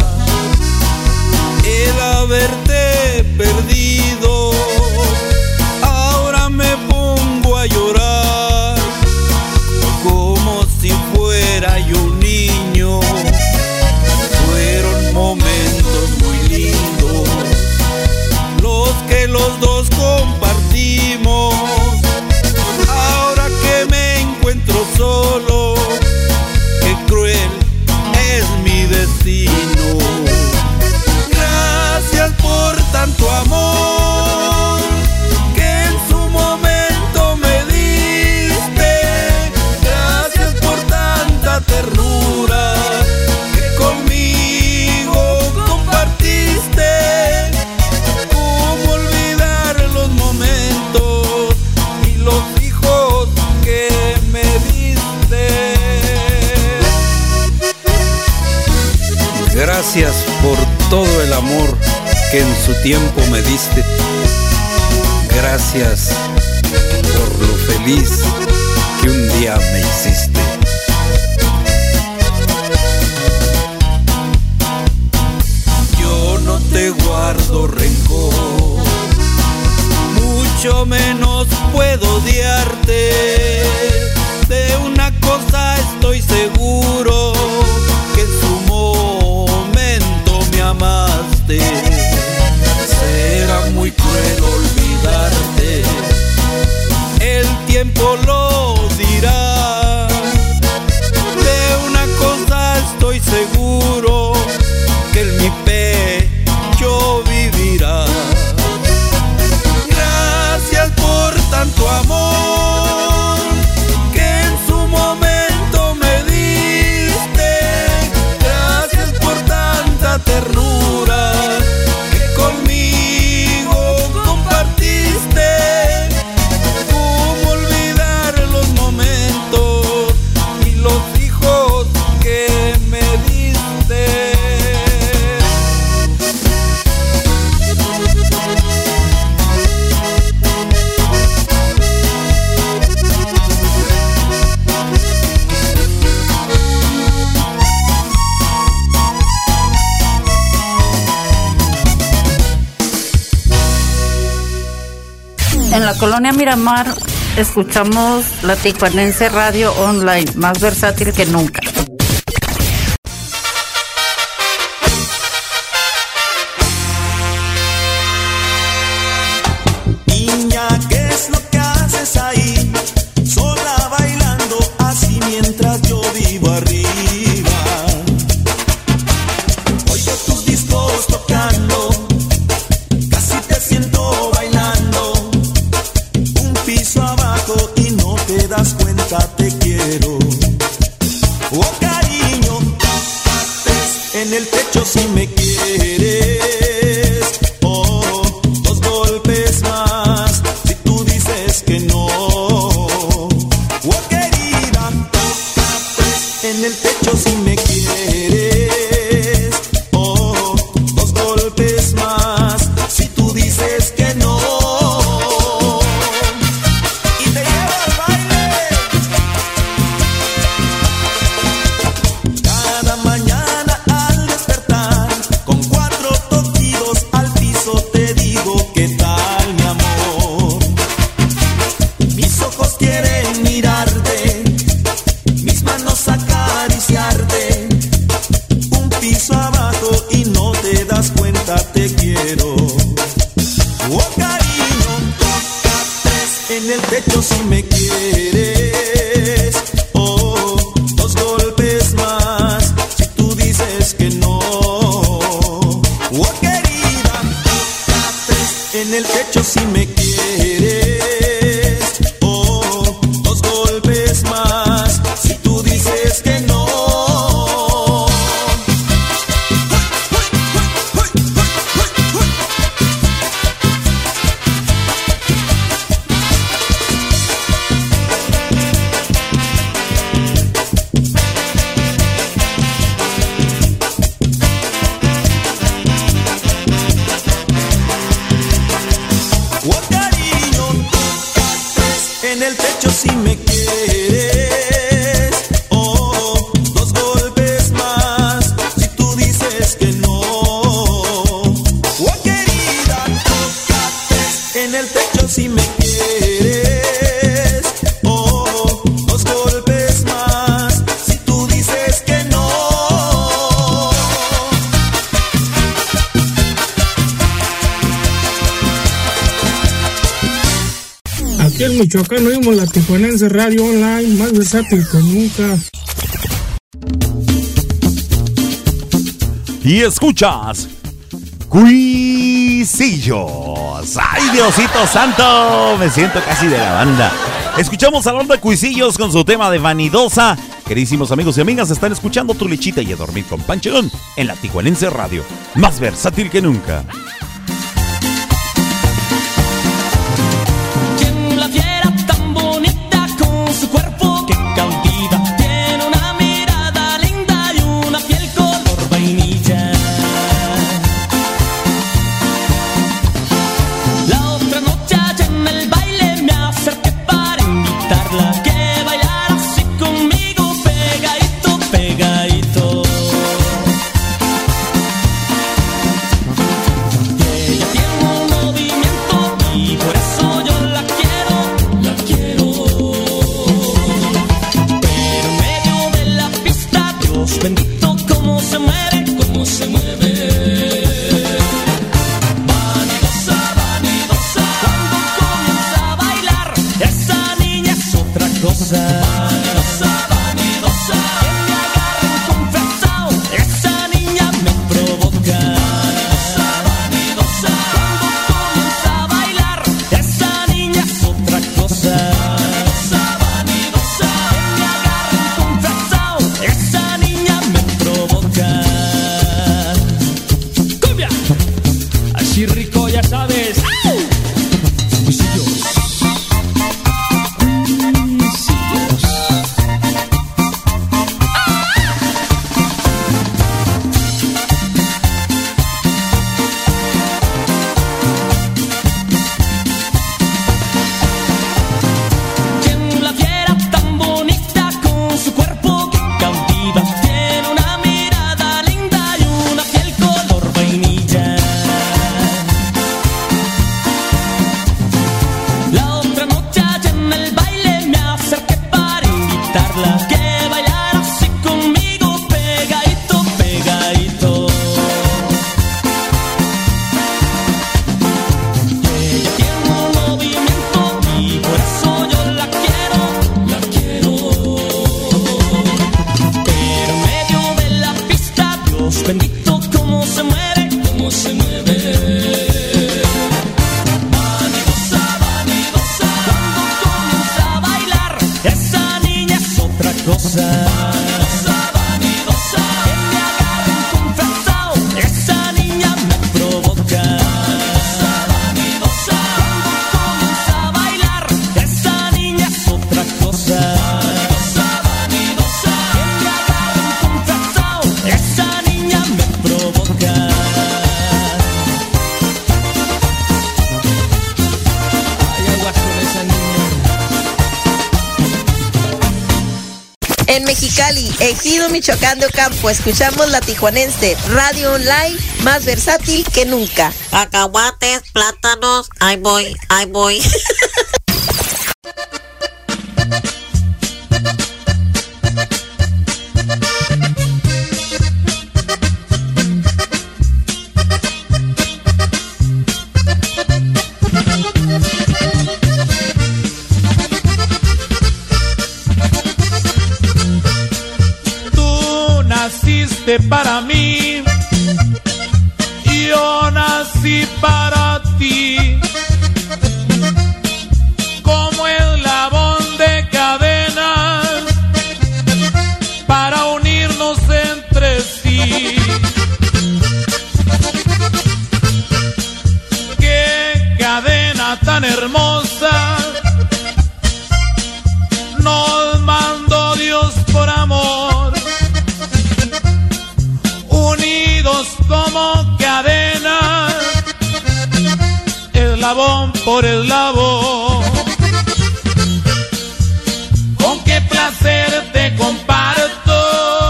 J: el haberte perdido. Ahora me pongo a llorar como si fuera yo un niño. Fueron momentos muy lindos los que los dos compartimos. Ahora que me encuentro solo, qué cruel es mi destino. Gracias por tanto amor que en su momento me diste. Gracias por tanta ternura que conmigo compartiste. ¿Cómo olvidar los momentos y los hijos que me diste? Gracias por todo el amor que en su tiempo me diste. Gracias por lo feliz que un día me hiciste. Yo no te guardo rencor, mucho menos puedo odiarte. De una cosa estoy seguro, que en su momento me amaste. Será muy cruel olvidarte, el tiempo lo dirá. De una cosa estoy seguro, que en mi pecho vivirá. Gracias por tanto amor que en su momento me diste. Gracias por tanta ternura que conmigo compartiste. ¿Cómo olvidar los momentos y los hijos que me diste?
F: En la colonia Miramar escuchamos la Tijuanense Radio Online, más versátil que nunca.
T: Niña, ¿qué es lo que haces ahí? Sola bailando así mientras yo vivo arriba. Oigo tus discos tocando, casi te siento bailando. Un piso abajo y no te das cuenta, te quiero. Oh cariño, en el techo si me quieres. Oh, dos golpes más si tú dices que no. Oh querida, en el techo si me quieres. Oh, dos golpes más si tú dices que no. Y te llevo al baile. Cada mañana al despertar, con cuatro toques
S: en Michoacán oímos la Tijuanense Radio Online, más versátil que nunca.
A: Y escuchas Cuisillos. ¡Ay, Diosito Santo! Me siento casi de la banda. Escuchamos a la banda Cuisillos con su tema de Vanidosa. Queridísimos amigos y amigas, están escuchando Tu Lechita y a Dormir con Pancholón en la Tijuanense Radio, más versátil que nunca.
K: ¿Quién la viera tan bonita con su cuerpo que cautiva? Tiene una mirada linda y una piel color vainilla. La otra noche allá en el baile me acerqué para invitarla que bailara así conmigo, pegadito, pegadito. Y ella tiene un movimiento y por eso yo la quiero, la quiero. Pero en medio de la pista, Dios bendito, cómo se mueve, cómo se mueve. Vanidosa, vanidosa, cuando comienza a bailar, esa niña es otra cosa. Vanidosa, vanidosa, que me agarren confesado, esa niña me provoca. Vanidosa, vanidosa, cuando comienza a bailar, esa niña es otra cosa. Vanidosa, vanidosa, que me agarren confesado, esa niña me provoca. ¡Cumbia! Así rico, ya sabes. Cuisillos. Cuisillos. Quien la viera tan bonita con su cuerpo que cautiva, tiene una mirada linda y una piel color vainilla. La otra noche allá en el baile me acerqué para invitarla que bailara así conmigo, pegadito, pegadito. Y ella tiene un movimiento y por eso yo la quiero, la quiero. Pero en medio de la pista, Dios bendito, cómo se mueve, cómo se mueve. Vanidosa, vanidosa, cuando comienza a bailar, esa niña es otra cosa. Vanidosa, vanidosa, que me agarren confesado, esa niña me provoca. Vanidosa, vanidosa, cuando comienza a bailar, esa niña es otra cosa. Vanidosa, vanidosa, que me agarren confesado, esa niña me provoca. Ay, aguas con esa niña.
B: En Mexicali, Ejido Michoacán de Ocampo, escuchamos la Tijuanense Radio Online, más versátil que nunca.
G: Cacahuates, plátanos, ahí voy, ahí voy.
C: Tú naciste para mí, yo nací para ti. Como eslabón de cadenas para unirnos entre sí. Qué cadena tan hermosa nos mandó Dios por amor, unidos como cadena, eslabón por eslabón. Con qué placer te comparto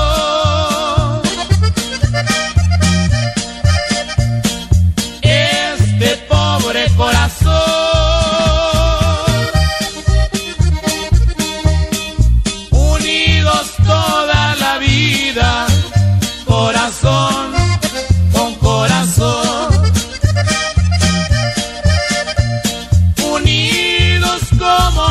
C: este pobre corazón, unidos toda la vida, corazón con corazón, unidos como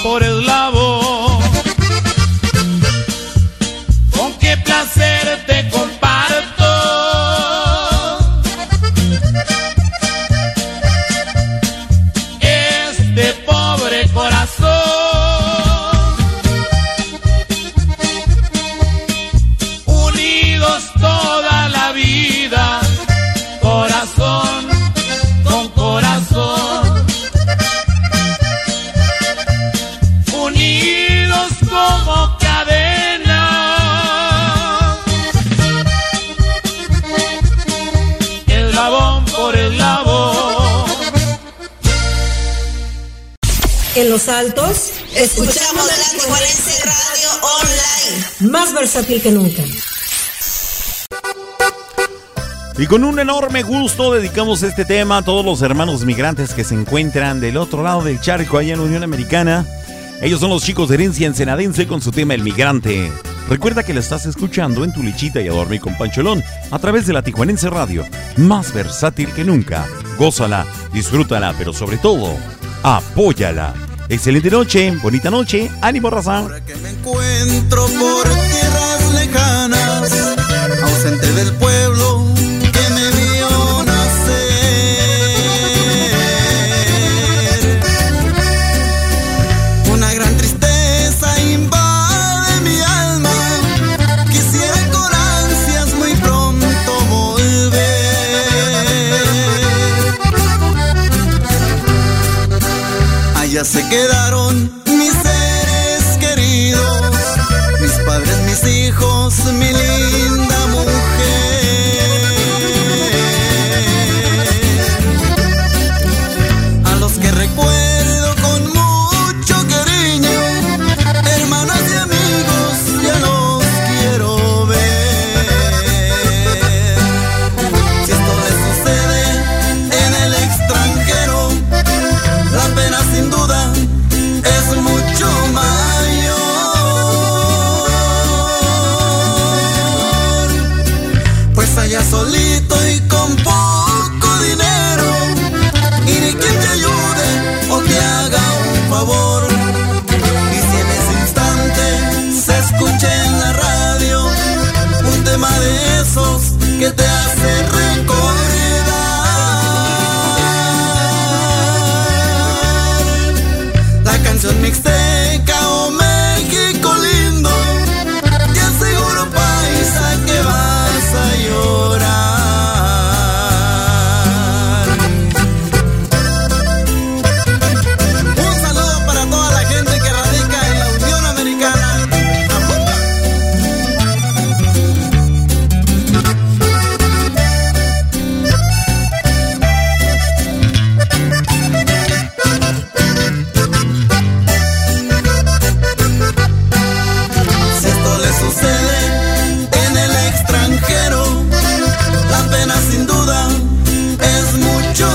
C: por eslabón. Con qué placer te comparto este pobre corazón. Unidos toda la vida, corazón con corazón. Unidos como cadena. Eslabón por eslabón.
I: En Los Altos, escuchamos la Tijuanense Radio Online, más versátil que nunca.
A: Y con un enorme gusto dedicamos este tema a todos los hermanos migrantes que se encuentran del otro lado del charco, allá en Unión Americana. Ellos son los chicos de Herencia Ensenadense con su tema El Migrante. Recuerda que la estás escuchando en tu lechita y a dormir con Pancholón a través de la Tijuanense Radio, más versátil que nunca. Gózala, disfrútala, pero sobre todo, apóyala. Excelente noche, bonita noche, ánimo, raza.
C: Ahora que me encuentro por tierras lejanas, ausente del pueblo que me vio nacer, una gran tristeza invade mi alma. Quisiera con ansias muy pronto volver. Allá se quedaron mis seres queridos, mis padres, mis hijos, mi linda mujer. A los que recuerdo con mucho cariño, hermanos y amigos, ya los quiero ver. Si esto les sucede en el extranjero, la pena sin duda es mucho mayor. Pues allá solito y con poco dinero, y ni quien te ayude o te haga un favor. Y si en ese instante se escucha en la radio un tema de esos que te hace recordar la canción mixteca o México lindo, te aseguro, paisa, que vas a llorar. Un saludo para toda la gente que radica en la Unión Americana. Si esto le sucede en el extranjero, la pena sin duda es mucho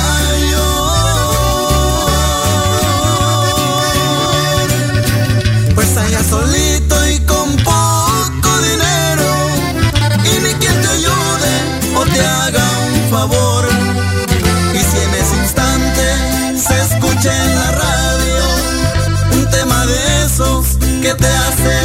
C: mayor. Pues allá solito y con poco dinero, y ni quien te ayude o te haga un favor. Y si en ese instante se escucha en la radio un tema de esos que te hace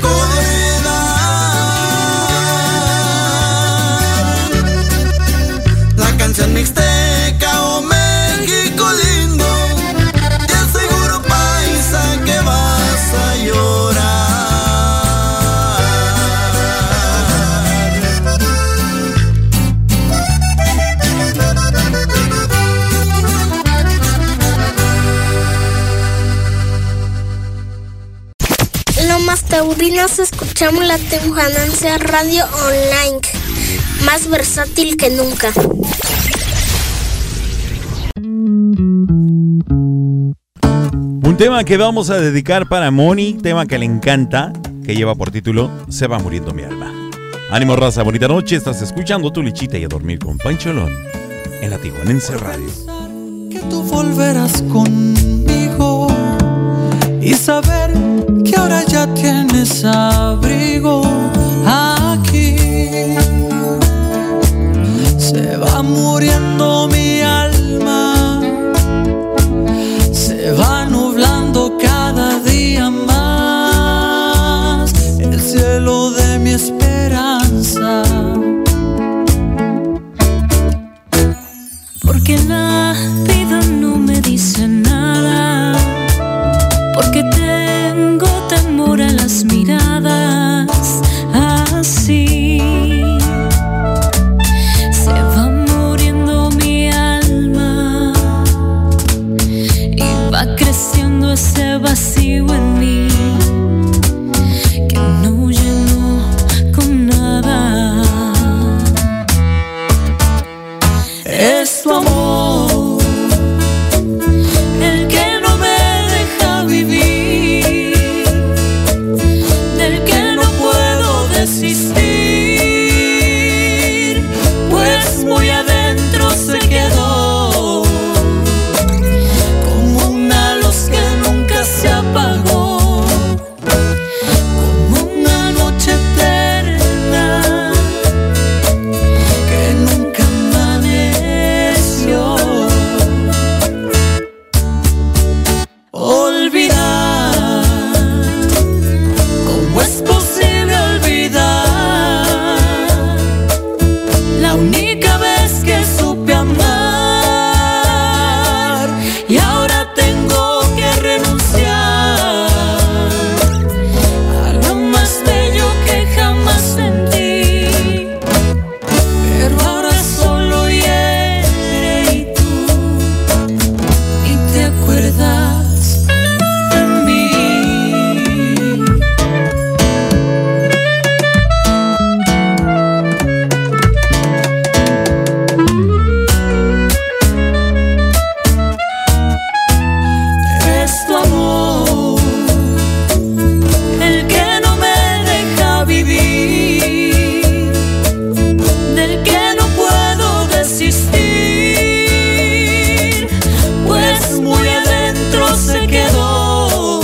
C: recordar la canción mixteca o México lindo, te aseguro, paisa, que vas a llorar.
L: Lo más taurinos, escuchamos la Tijuanense Radio Online, más versátil que nunca.
A: Un tema que vamos a dedicar para Moni, tema que le encanta, que lleva por título Se va muriendo mi alma. Ánimo, raza, bonita noche, estás escuchando tu lechita y a dormir con Pancholón en la Tijuanense Radio.
C: Que tú volverás conmigo y saber que ahora ya tienes abrigo aquí. Se va muriendo mi alma, se va nublando cada
O: mi esperanza, porque la vida no me dice nada, porque tengo temor a las miradas así. Se va muriendo mi alma y va creciendo ese vacío en mí que no lleno con nada. Es tu amor el que no me deja vivir, del que no puedo desistir, pues muy adentro se quedó como una luz que nunca se apagó, como una noche eterna que nunca amaneció. Olvidar, ¿cómo es posible olvidar la única vez que supe amar? Y ahora tengo que renunciar a lo más bello que jamás sentí, pero ahora solo hiere y tú ni te acuerdas de mí. Es tu amor el que no me deja vivir, del que no puedo desistir, pues muy adentro se quedó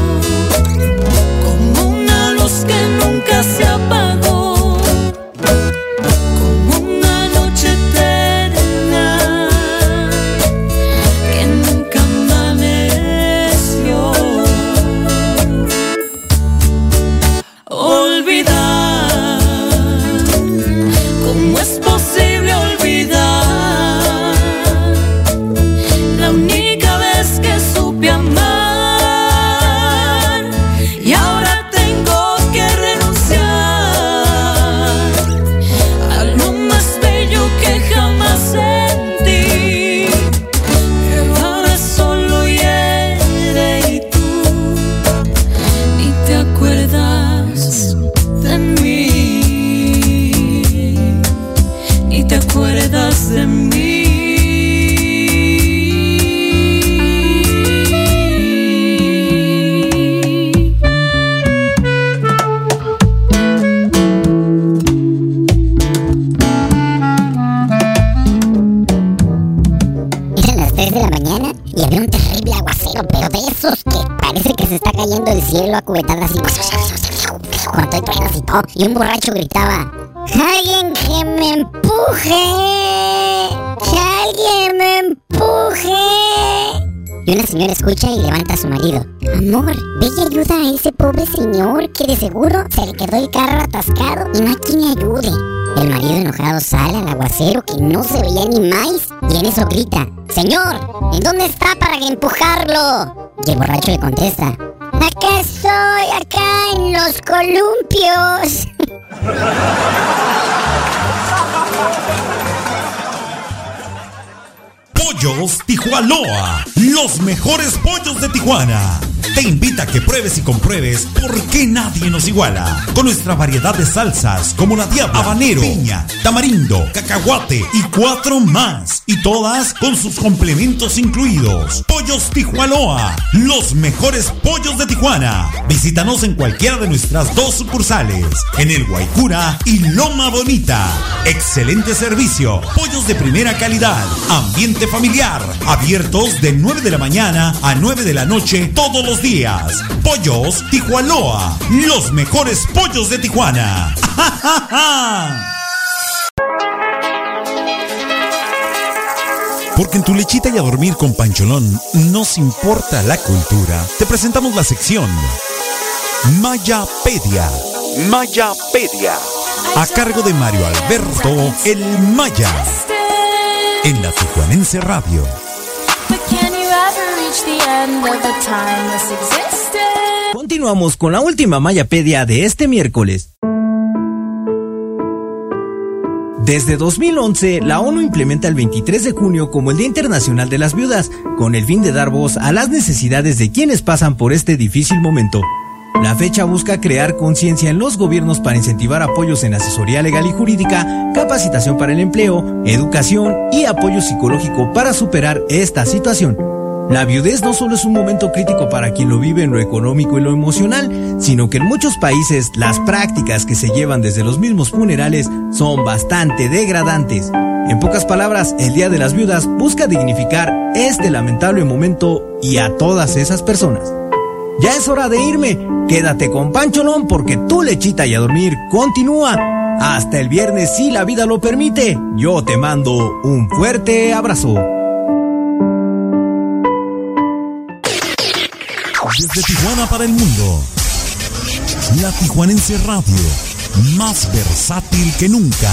O: como una luz que nunca se apagó, como una noche eterna que nunca amaneció. Olvidar, ¿cómo es posible olvidar la única vez que supe amar? Y ahora tengo que renunciar a lo más bello que jamás sentí, pero ahora solo hiere y tú ni te acuerdas de mí, ni te acuerdas de mí.
N: Eran las tres de la mañana y había un terrible aguacero, pero de esos que parece que se está cayendo el cielo a cubetadas y cuando hay truenos y todo. Y un borracho gritaba: ¡alguien que me empuje! ¡Que alguien me empuje! Y una señora escucha y levanta a su marido: amor, ve y ayuda a ese pobre señor que de seguro se le quedó el carro atascado y no hay quien le ayude. El marido enojado sale al aguacero que no se veía ni más y en eso grita: señor, ¿en dónde está para empujarlo? Y el borracho le contesta: acá estoy, acá en los columpios.
M: Pollos Tijuanoa, los mejores pollos de Tijuana. Te invita a que pruebes y compruebes por qué nadie nos iguala. Con nuestra variedad de salsas como la diabla, habanero, piña, tamarindo, cacahuate y cuatro más. Y todas con sus complementos incluidos. Pollos Tijuanoa, los mejores pollos de Tijuana. Visítanos en cualquiera de nuestras dos sucursales, en el Guaycura y Loma Bonita. Excelente servicio, pollos de primera calidad, ambiente familiar, abiertos de nueve de la mañana a nueve de la noche todos los días. Pollos Tijuanoa, los mejores pollos de Tijuana. Porque en tu lechita y a dormir con Pancholón nos importa la cultura. Te presentamos la sección Mayapedia.
A: Mayapedia.
M: A cargo de Mario Alberto El Maya. En la Tijuanense Radio.
P: Continuamos con la última Mayapedia de este miércoles. Desde dos mil once, la ONU implementa el veintitrés de junio como el Día Internacional de las Viudas, con el fin de dar voz a las necesidades de quienes pasan por este difícil momento. La fecha busca crear conciencia en los gobiernos para incentivar apoyos en asesoría legal y jurídica, capacitación para el empleo, educación y apoyo psicológico para superar esta situación. La viudez no solo es un momento crítico para quien lo vive en lo económico y lo emocional, sino que en muchos países las prácticas que se llevan desde los mismos funerales son bastante degradantes. En pocas palabras, el Día de las Viudas busca dignificar este lamentable momento y a todas esas personas. Ya es hora de irme, quédate con Pancholón porque tu lechita y a dormir continúa. Hasta el viernes si la vida lo permite, yo te mando un fuerte abrazo.
M: Desde Tijuana para el mundo, la Tijuanense Radio, más versátil que nunca.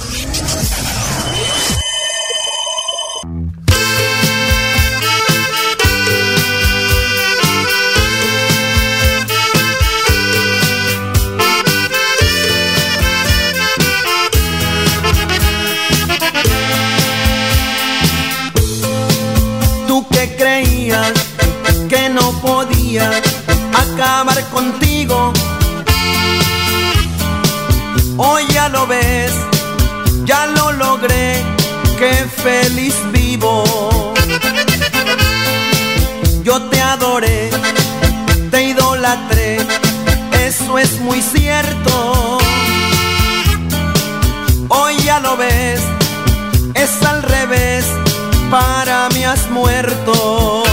C: ¿Tú qué creías? Que no podía acabar contigo. Hoy ya lo ves, ya lo logré, qué feliz vivo. Yo te adoré, te idolatré, eso es muy cierto. Hoy ya lo ves, es al revés, para mí has muerto.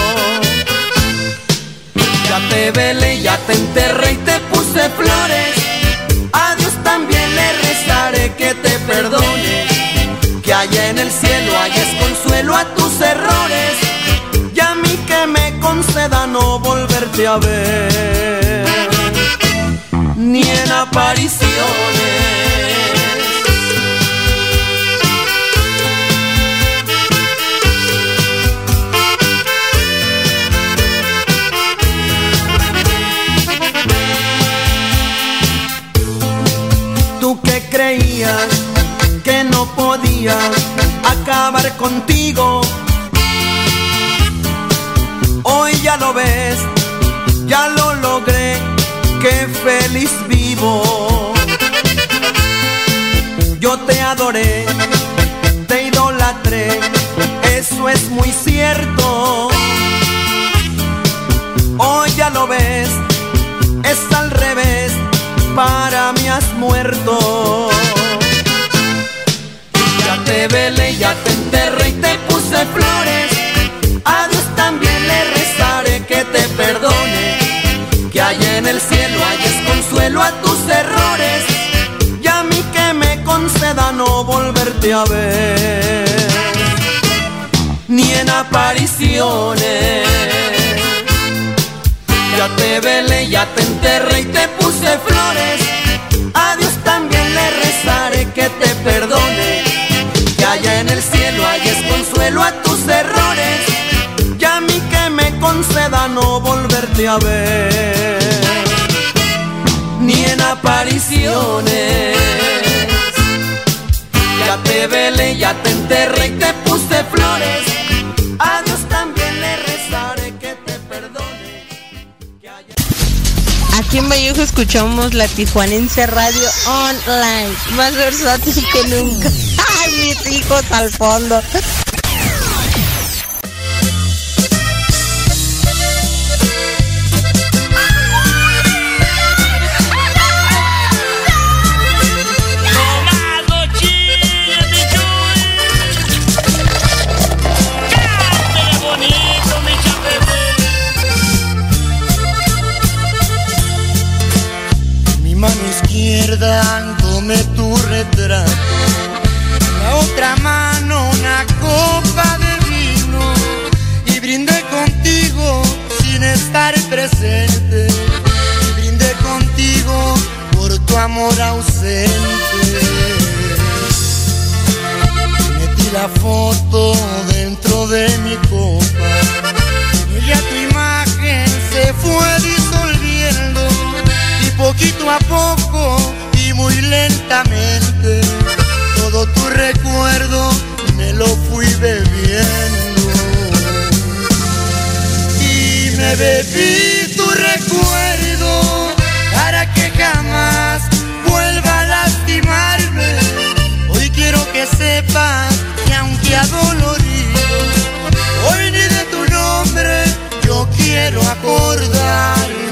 C: Ya te velé, ya te enterré y te puse flores. A Dios también le rezaré que te perdone, que allá en el cielo hayas consuelo a tus errores, y a mí que me conceda no volverte a ver, ni en apariciones. Creías que no podía acabar contigo. Hoy ya lo ves, ya lo logré, qué feliz vivo. Yo te adoré, te idolatré, eso es muy cierto. Hoy ya lo ves, es al revés, para mí has muerto. Ya te velé, ya te enterré y te puse flores. A Dios también le rezaré que te perdone, que allá en el cielo hayas consuelo a tus errores, y a mí que me conceda no volverte a ver, ni en apariciones. Ya te velé, ya te enterré y te puse flores. A Dios también le rezaré que te perdone, que allá en el cielo hayas consuelo a tus errores, y a mí que me conceda no volverte a ver, ni en apariciones. Ya te velé, ya te enterré y te puse flores. A Dios también le rezaré que te perdone.
B: Aquí en Vallejo escuchamos la Tijuanense Radio Online, más versátil que nunca. ¡Ay, mis hijos al fondo!
C: Tome tu retrato, la otra mano una copa de vino, y brindé contigo sin estar presente, y brindé contigo por tu amor ausente. Metí la foto dentro de mi copa y ya tu imagen se fue disolviendo, y poquito a poco y muy lentamente todo tu recuerdo me lo fui bebiendo. Y me bebí tu recuerdo para que jamás vuelva a lastimarme. Hoy quiero que sepas que aunque adolorido, hoy ni de tu nombre yo quiero acordarme.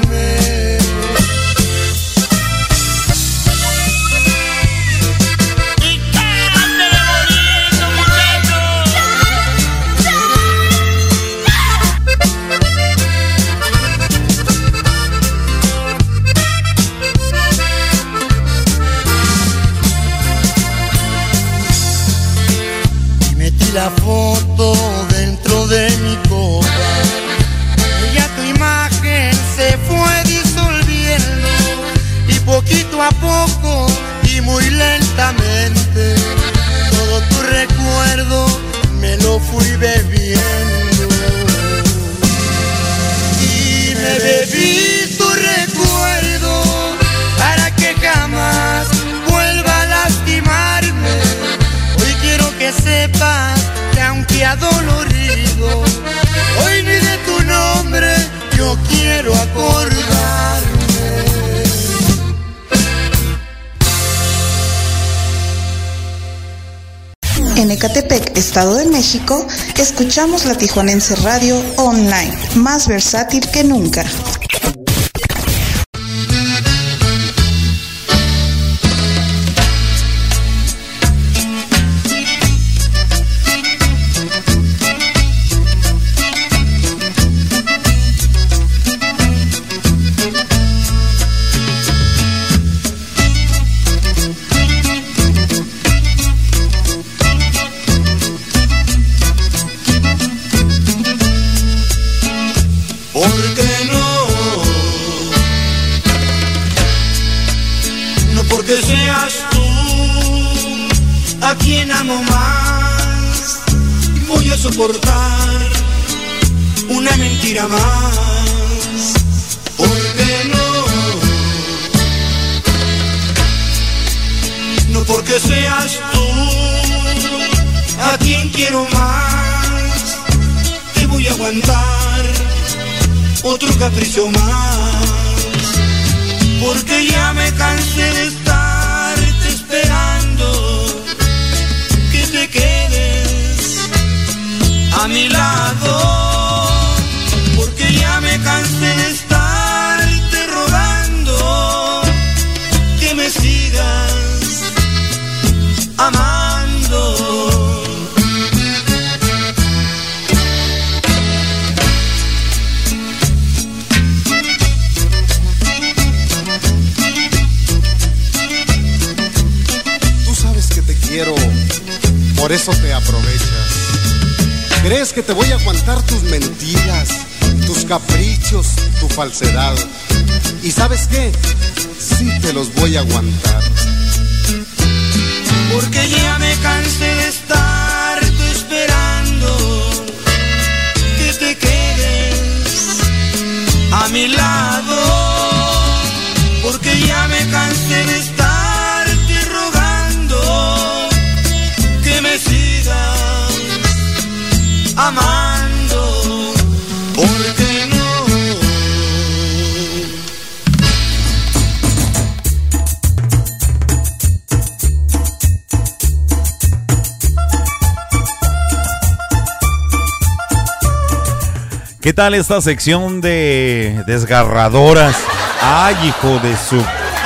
C: La foto dentro de mi copa y ya tu imagen se fue disolviendo, y poquito a poco y muy lentamente todo tu recuerdo me lo fui bebiendo. Y me bebí tu recuerdo para que jamás vuelva a lastimarme. Hoy quiero que sepas que aunque adolorido, hoy ni de tu nombre yo quiero acordarme.
Q: En Ecatepec, Estado de México, escuchamos la Tijuanense Radio Online, más versátil que nunca.
C: Soportar una mentira más, porque no, no porque seas tú a quien quiero más, te voy a aguantar otro capricho más, porque ya me cansé de estarte esperando que te quedes a mi lado, porque ya me cansé de estarte rogando que me sigas amando.
V: Tú sabes que te quiero, por eso te aprovechas. ¿Crees que te voy a aguantar tus mentiras, tus caprichos, tu falsedad? ¿Y sabes qué? Sí te los voy a aguantar.
C: Porque ya me cansé de estarte esperando que te quedes a mi lado. Porque ya me cansé de estarte rogando que me sigas amando, porque no.
A: ¿Qué tal esta sección de desgarradoras? Ay, hijo de su...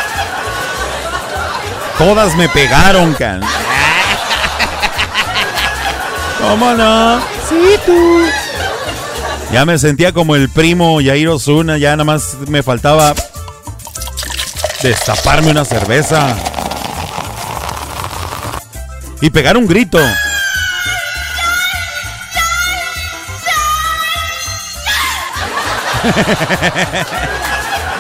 A: Todas me pegaron, can. ¿Cómo no? Sí, tú. Ya me sentía como el primo Yair Ozuna, ya nada más me faltaba destaparme una cerveza y pegar un grito.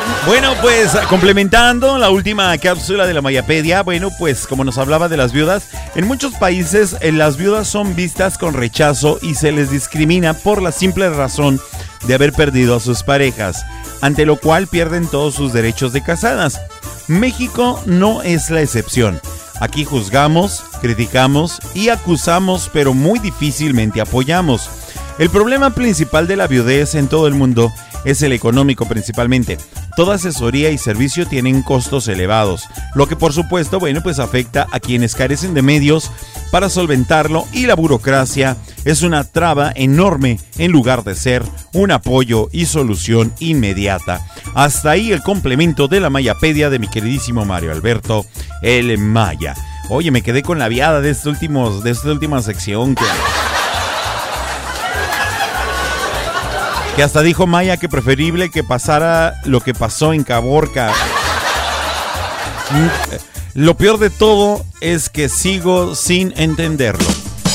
A: Bueno, pues complementando la última cápsula de la Mayapedia, bueno, pues como nos hablaba de las viudas, en muchos países eh, las viudas son vistas con rechazo y se les discrimina por la simple razón de haber perdido a sus parejas, ante lo cual pierden todos sus derechos de casadas. México no es la excepción. Aquí juzgamos, criticamos y acusamos, pero muy difícilmente apoyamos. El problema principal de la viudez en todo el mundo es el económico principalmente. Toda asesoría y servicio tienen costos elevados, lo que por supuesto, bueno, pues afecta a quienes carecen de medios para solventarlo, y la burocracia es una traba enorme en lugar de ser un apoyo y solución inmediata. Hasta ahí el complemento de la Mayapedia de mi queridísimo Mario Alberto El Maya. Oye, me quedé con la viada de este último, de esta última sección que... Que hasta dijo Maya que preferible que pasara lo que pasó en Caborca. Lo peor de todo es que sigo sin entenderlo.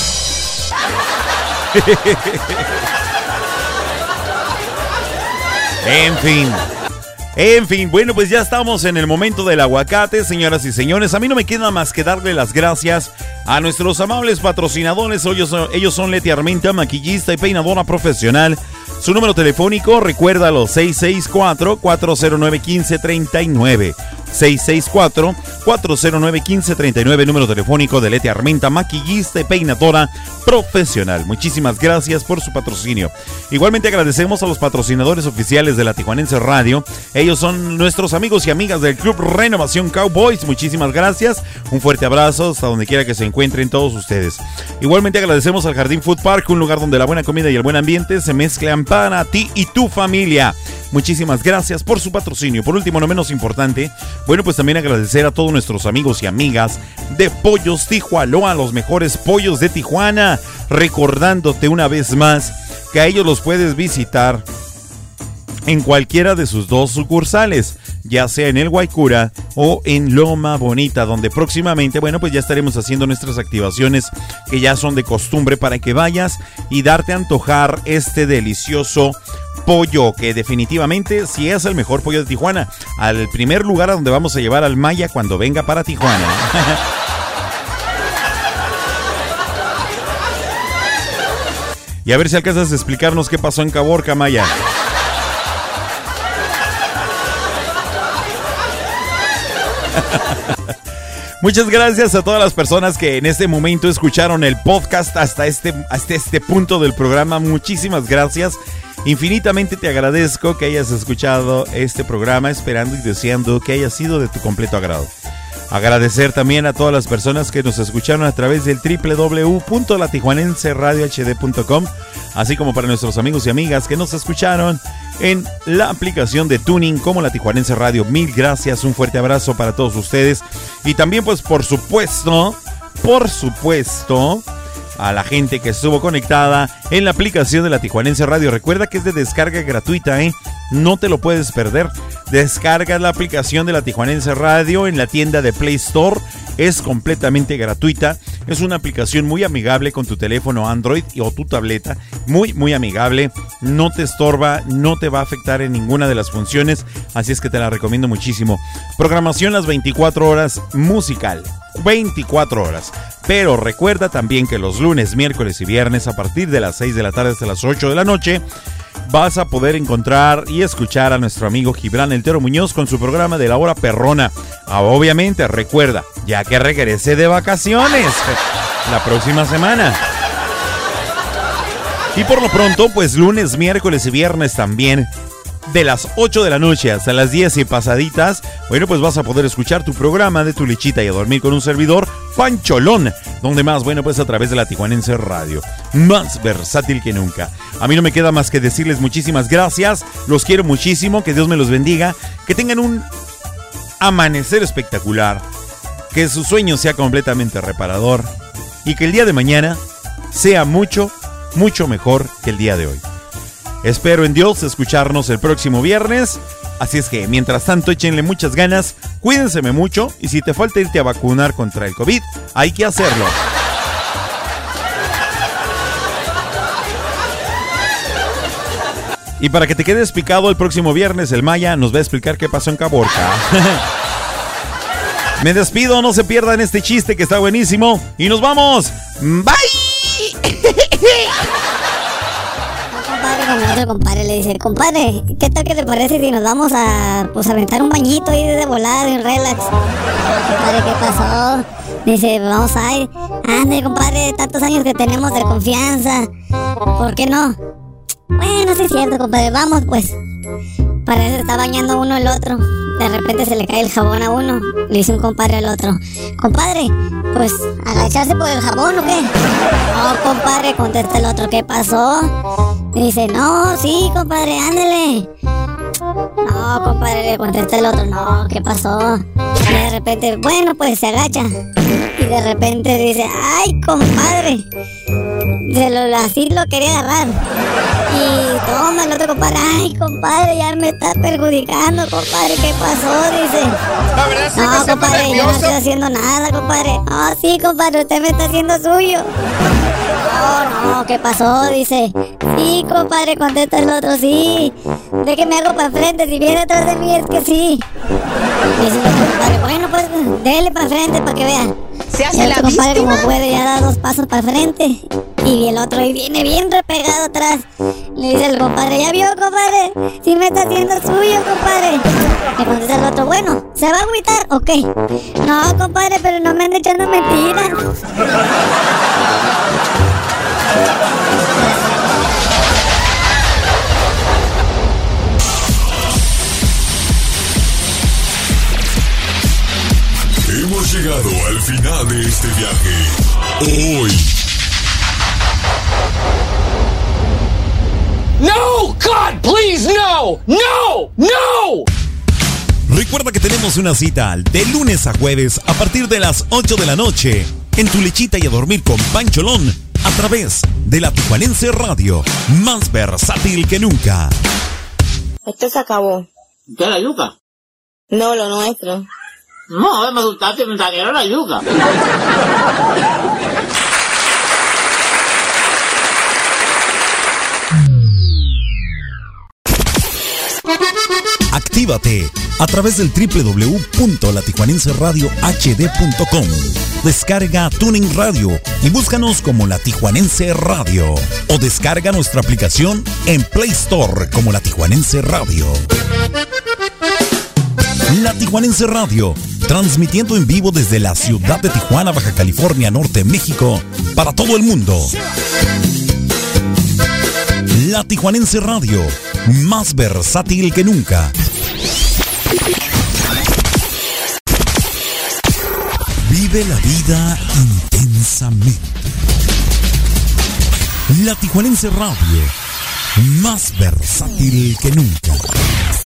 A: En fin. En fin, bueno, pues ya estamos en el momento del aguacate, señoras y señores. A mí no me queda más que darle las gracias a nuestros amables patrocinadores. Ellos son, ellos son Leti Armenta, maquillista y peinadora profesional. Su número telefónico, recuérdalo, seis seis cuatro, cuatro cero nueve, uno cinco tres nueve. seis seis cuatro, cuatro cero nueve, uno cinco tres nueve, número telefónico de Leti Armenta, maquillista y peinadora profesional. Muchísimas gracias por su patrocinio. Igualmente agradecemos a los patrocinadores oficiales de la Tijuanense Radio. Ellos son nuestros amigos y amigas del Club Renovación Cowboys. Muchísimas gracias. Un fuerte abrazo hasta donde quiera que se encuentren todos ustedes. Igualmente agradecemos al Jardín Food Park, un lugar donde la buena comida y el buen ambiente se mezclan para ti y tu familia. Muchísimas gracias por su patrocinio. Por último, no menos importante, bueno, pues también agradecer a todos nuestros amigos y amigas de Pollos Tijualoa, los mejores pollos de Tijuana, recordándote una vez más que a ellos los puedes visitar en cualquiera de sus dos sucursales, ya sea en el Guaycura o en Loma Bonita, donde próximamente, bueno, pues ya estaremos haciendo nuestras activaciones que ya son de costumbre para que vayas y darte a antojar este delicioso pollo, que definitivamente sí es el mejor pollo de Tijuana, al primer lugar a donde vamos a llevar al Maya cuando venga para Tijuana. Y a ver si alcanzas a explicarnos qué pasó en Caborca, Maya. Muchas gracias a todas las personas que en este momento escucharon el podcast hasta este, hasta este punto del programa. Muchísimas gracias. Infinitamente te agradezco que hayas escuchado este programa, esperando y deseando que haya sido de tu completo agrado. Agradecer también a todas las personas que nos escucharon a través del doble u doble u doble u punto la tijuanense radio h d punto com, así como para nuestros amigos y amigas que nos escucharon en la aplicación de Tuning como La Tijuanense Radio. Mil gracias, un fuerte abrazo para todos ustedes. Y también, pues, por supuesto, por supuesto, a la gente que estuvo conectada en la aplicación de La Tijuanense Radio. Recuerda que es de descarga gratuita, ¿eh? No te lo puedes perder. Descarga la aplicación de La Tijuanense Radio en la tienda de Play Store. Es completamente gratuita. Es una aplicación muy amigable con tu teléfono Android o tu tableta. Muy, muy amigable. No te estorba, no te va a afectar en ninguna de las funciones. Así es que te la recomiendo muchísimo. Programación las veinticuatro horas musical. veinticuatro horas. Pero recuerda también que los lunes, miércoles y viernes a partir de las seis de la tarde hasta las ocho de la noche vas a poder encontrar y escuchar a nuestro amigo Gibran El Tero Muñoz con su programa de La Hora Perrona. Ah, obviamente, recuerda, ya que regrese de vacaciones la próxima semana. Y por lo pronto, pues lunes, miércoles y viernes también, de las ocho de la noche hasta las diez y pasaditas, bueno, pues vas a poder escuchar tu programa de Tu Lechita y a Dormir con un servidor, Pancholón, donde más, bueno, pues a través de La Tijuanense Radio, más versátil que nunca. A mí no me queda más que decirles muchísimas gracias, los quiero muchísimo, que Dios me los bendiga, que tengan un amanecer espectacular, que su sueño sea completamente reparador y que el día de mañana sea mucho, mucho mejor que el día de hoy. Espero en Dios escucharnos el próximo viernes. Así es que, mientras tanto, échenle muchas ganas, cuídense mucho y si te falta irte a vacunar contra el COVID, hay que hacerlo. Y para que te quedes picado el próximo viernes, el Maya nos va a explicar qué pasó en Caborca. Me despido, no se pierdan este chiste que está buenísimo. Y nos vamos. Bye.
N: Compadre, con el otro compadre le dice, compadre, ¿qué tal que te parece si nos vamos a pues aventar un bañito ahí de volada, en relax? Compadre, ¿qué pasó? Dice, vamos a ir. Ande, compadre, tantos años que tenemos de confianza. ¿Por qué no? Bueno, sí es cierto, compadre, vamos pues. Para eso está bañando uno el otro. De repente se le cae el jabón a uno. Le dice un compadre al otro, compadre, pues agacharse por el jabón o qué. No, compadre, contesta el otro, ¿qué pasó? Dice, no, sí, compadre, ándele. No, compadre, le contesta el otro, no, ¿qué pasó? Y de repente, bueno, pues se agacha. Y de repente dice, ay, compadre, se lo, así lo quería agarrar. Y toma el otro compadre, ay, compadre, ya me está perjudicando, compadre, ¿qué pasó? Dice,
D: la verdad es que
N: no, compadre, yo no estoy haciendo nada, compadre. No, sí, compadre, usted me está haciendo suyo. No, no, ¿qué pasó? Dice, sí, compadre, contesta el otro, sí. ¿De qué me hago para frente? Si viene atrás de mí es que sí. Dice el otro compadre, bueno, pues, dele para frente para que vea.
B: ¿Se hace
N: y el
B: la
N: otro compadre,
B: víctima?
N: como puede, ya da dos pasos para frente. Y el otro y viene bien repegado atrás. Le dice el compadre, ¿ya vio, compadre? Si me está haciendo suyo, compadre. Le contesta el otro, bueno, ¿se va a agüitar o qué? No, compadre, pero no me ande echando mentiras.
M: Hemos llegado al final de este viaje. Hoy.
D: No, God, please, no, no, no.
M: Recuerda que tenemos una cita de lunes a jueves a partir de las ocho de la noche en tu lechita y a dormir con Pancholón a través de la Tijuanense Radio, más versátil que nunca.
B: Esto se acabó.
J: ¿Qué la yuca?
B: No, lo nuestro.
J: No, me asustaste, me saquearon la yuca.
M: Actívate a través del doble u doble u doble u punto la tijuanense radio h d punto com. Descarga Tuning Radio y búscanos como La Tijuanense Radio. O descarga nuestra aplicación en Play Store como La Tijuanense Radio. La Tijuanense Radio, transmitiendo en vivo desde la ciudad de Tijuana, Baja California Norte, México, para todo el mundo. La Tijuanense Radio, más versátil que nunca. Vive la vida intensamente. La Tijuanense Radio, más versátil que nunca.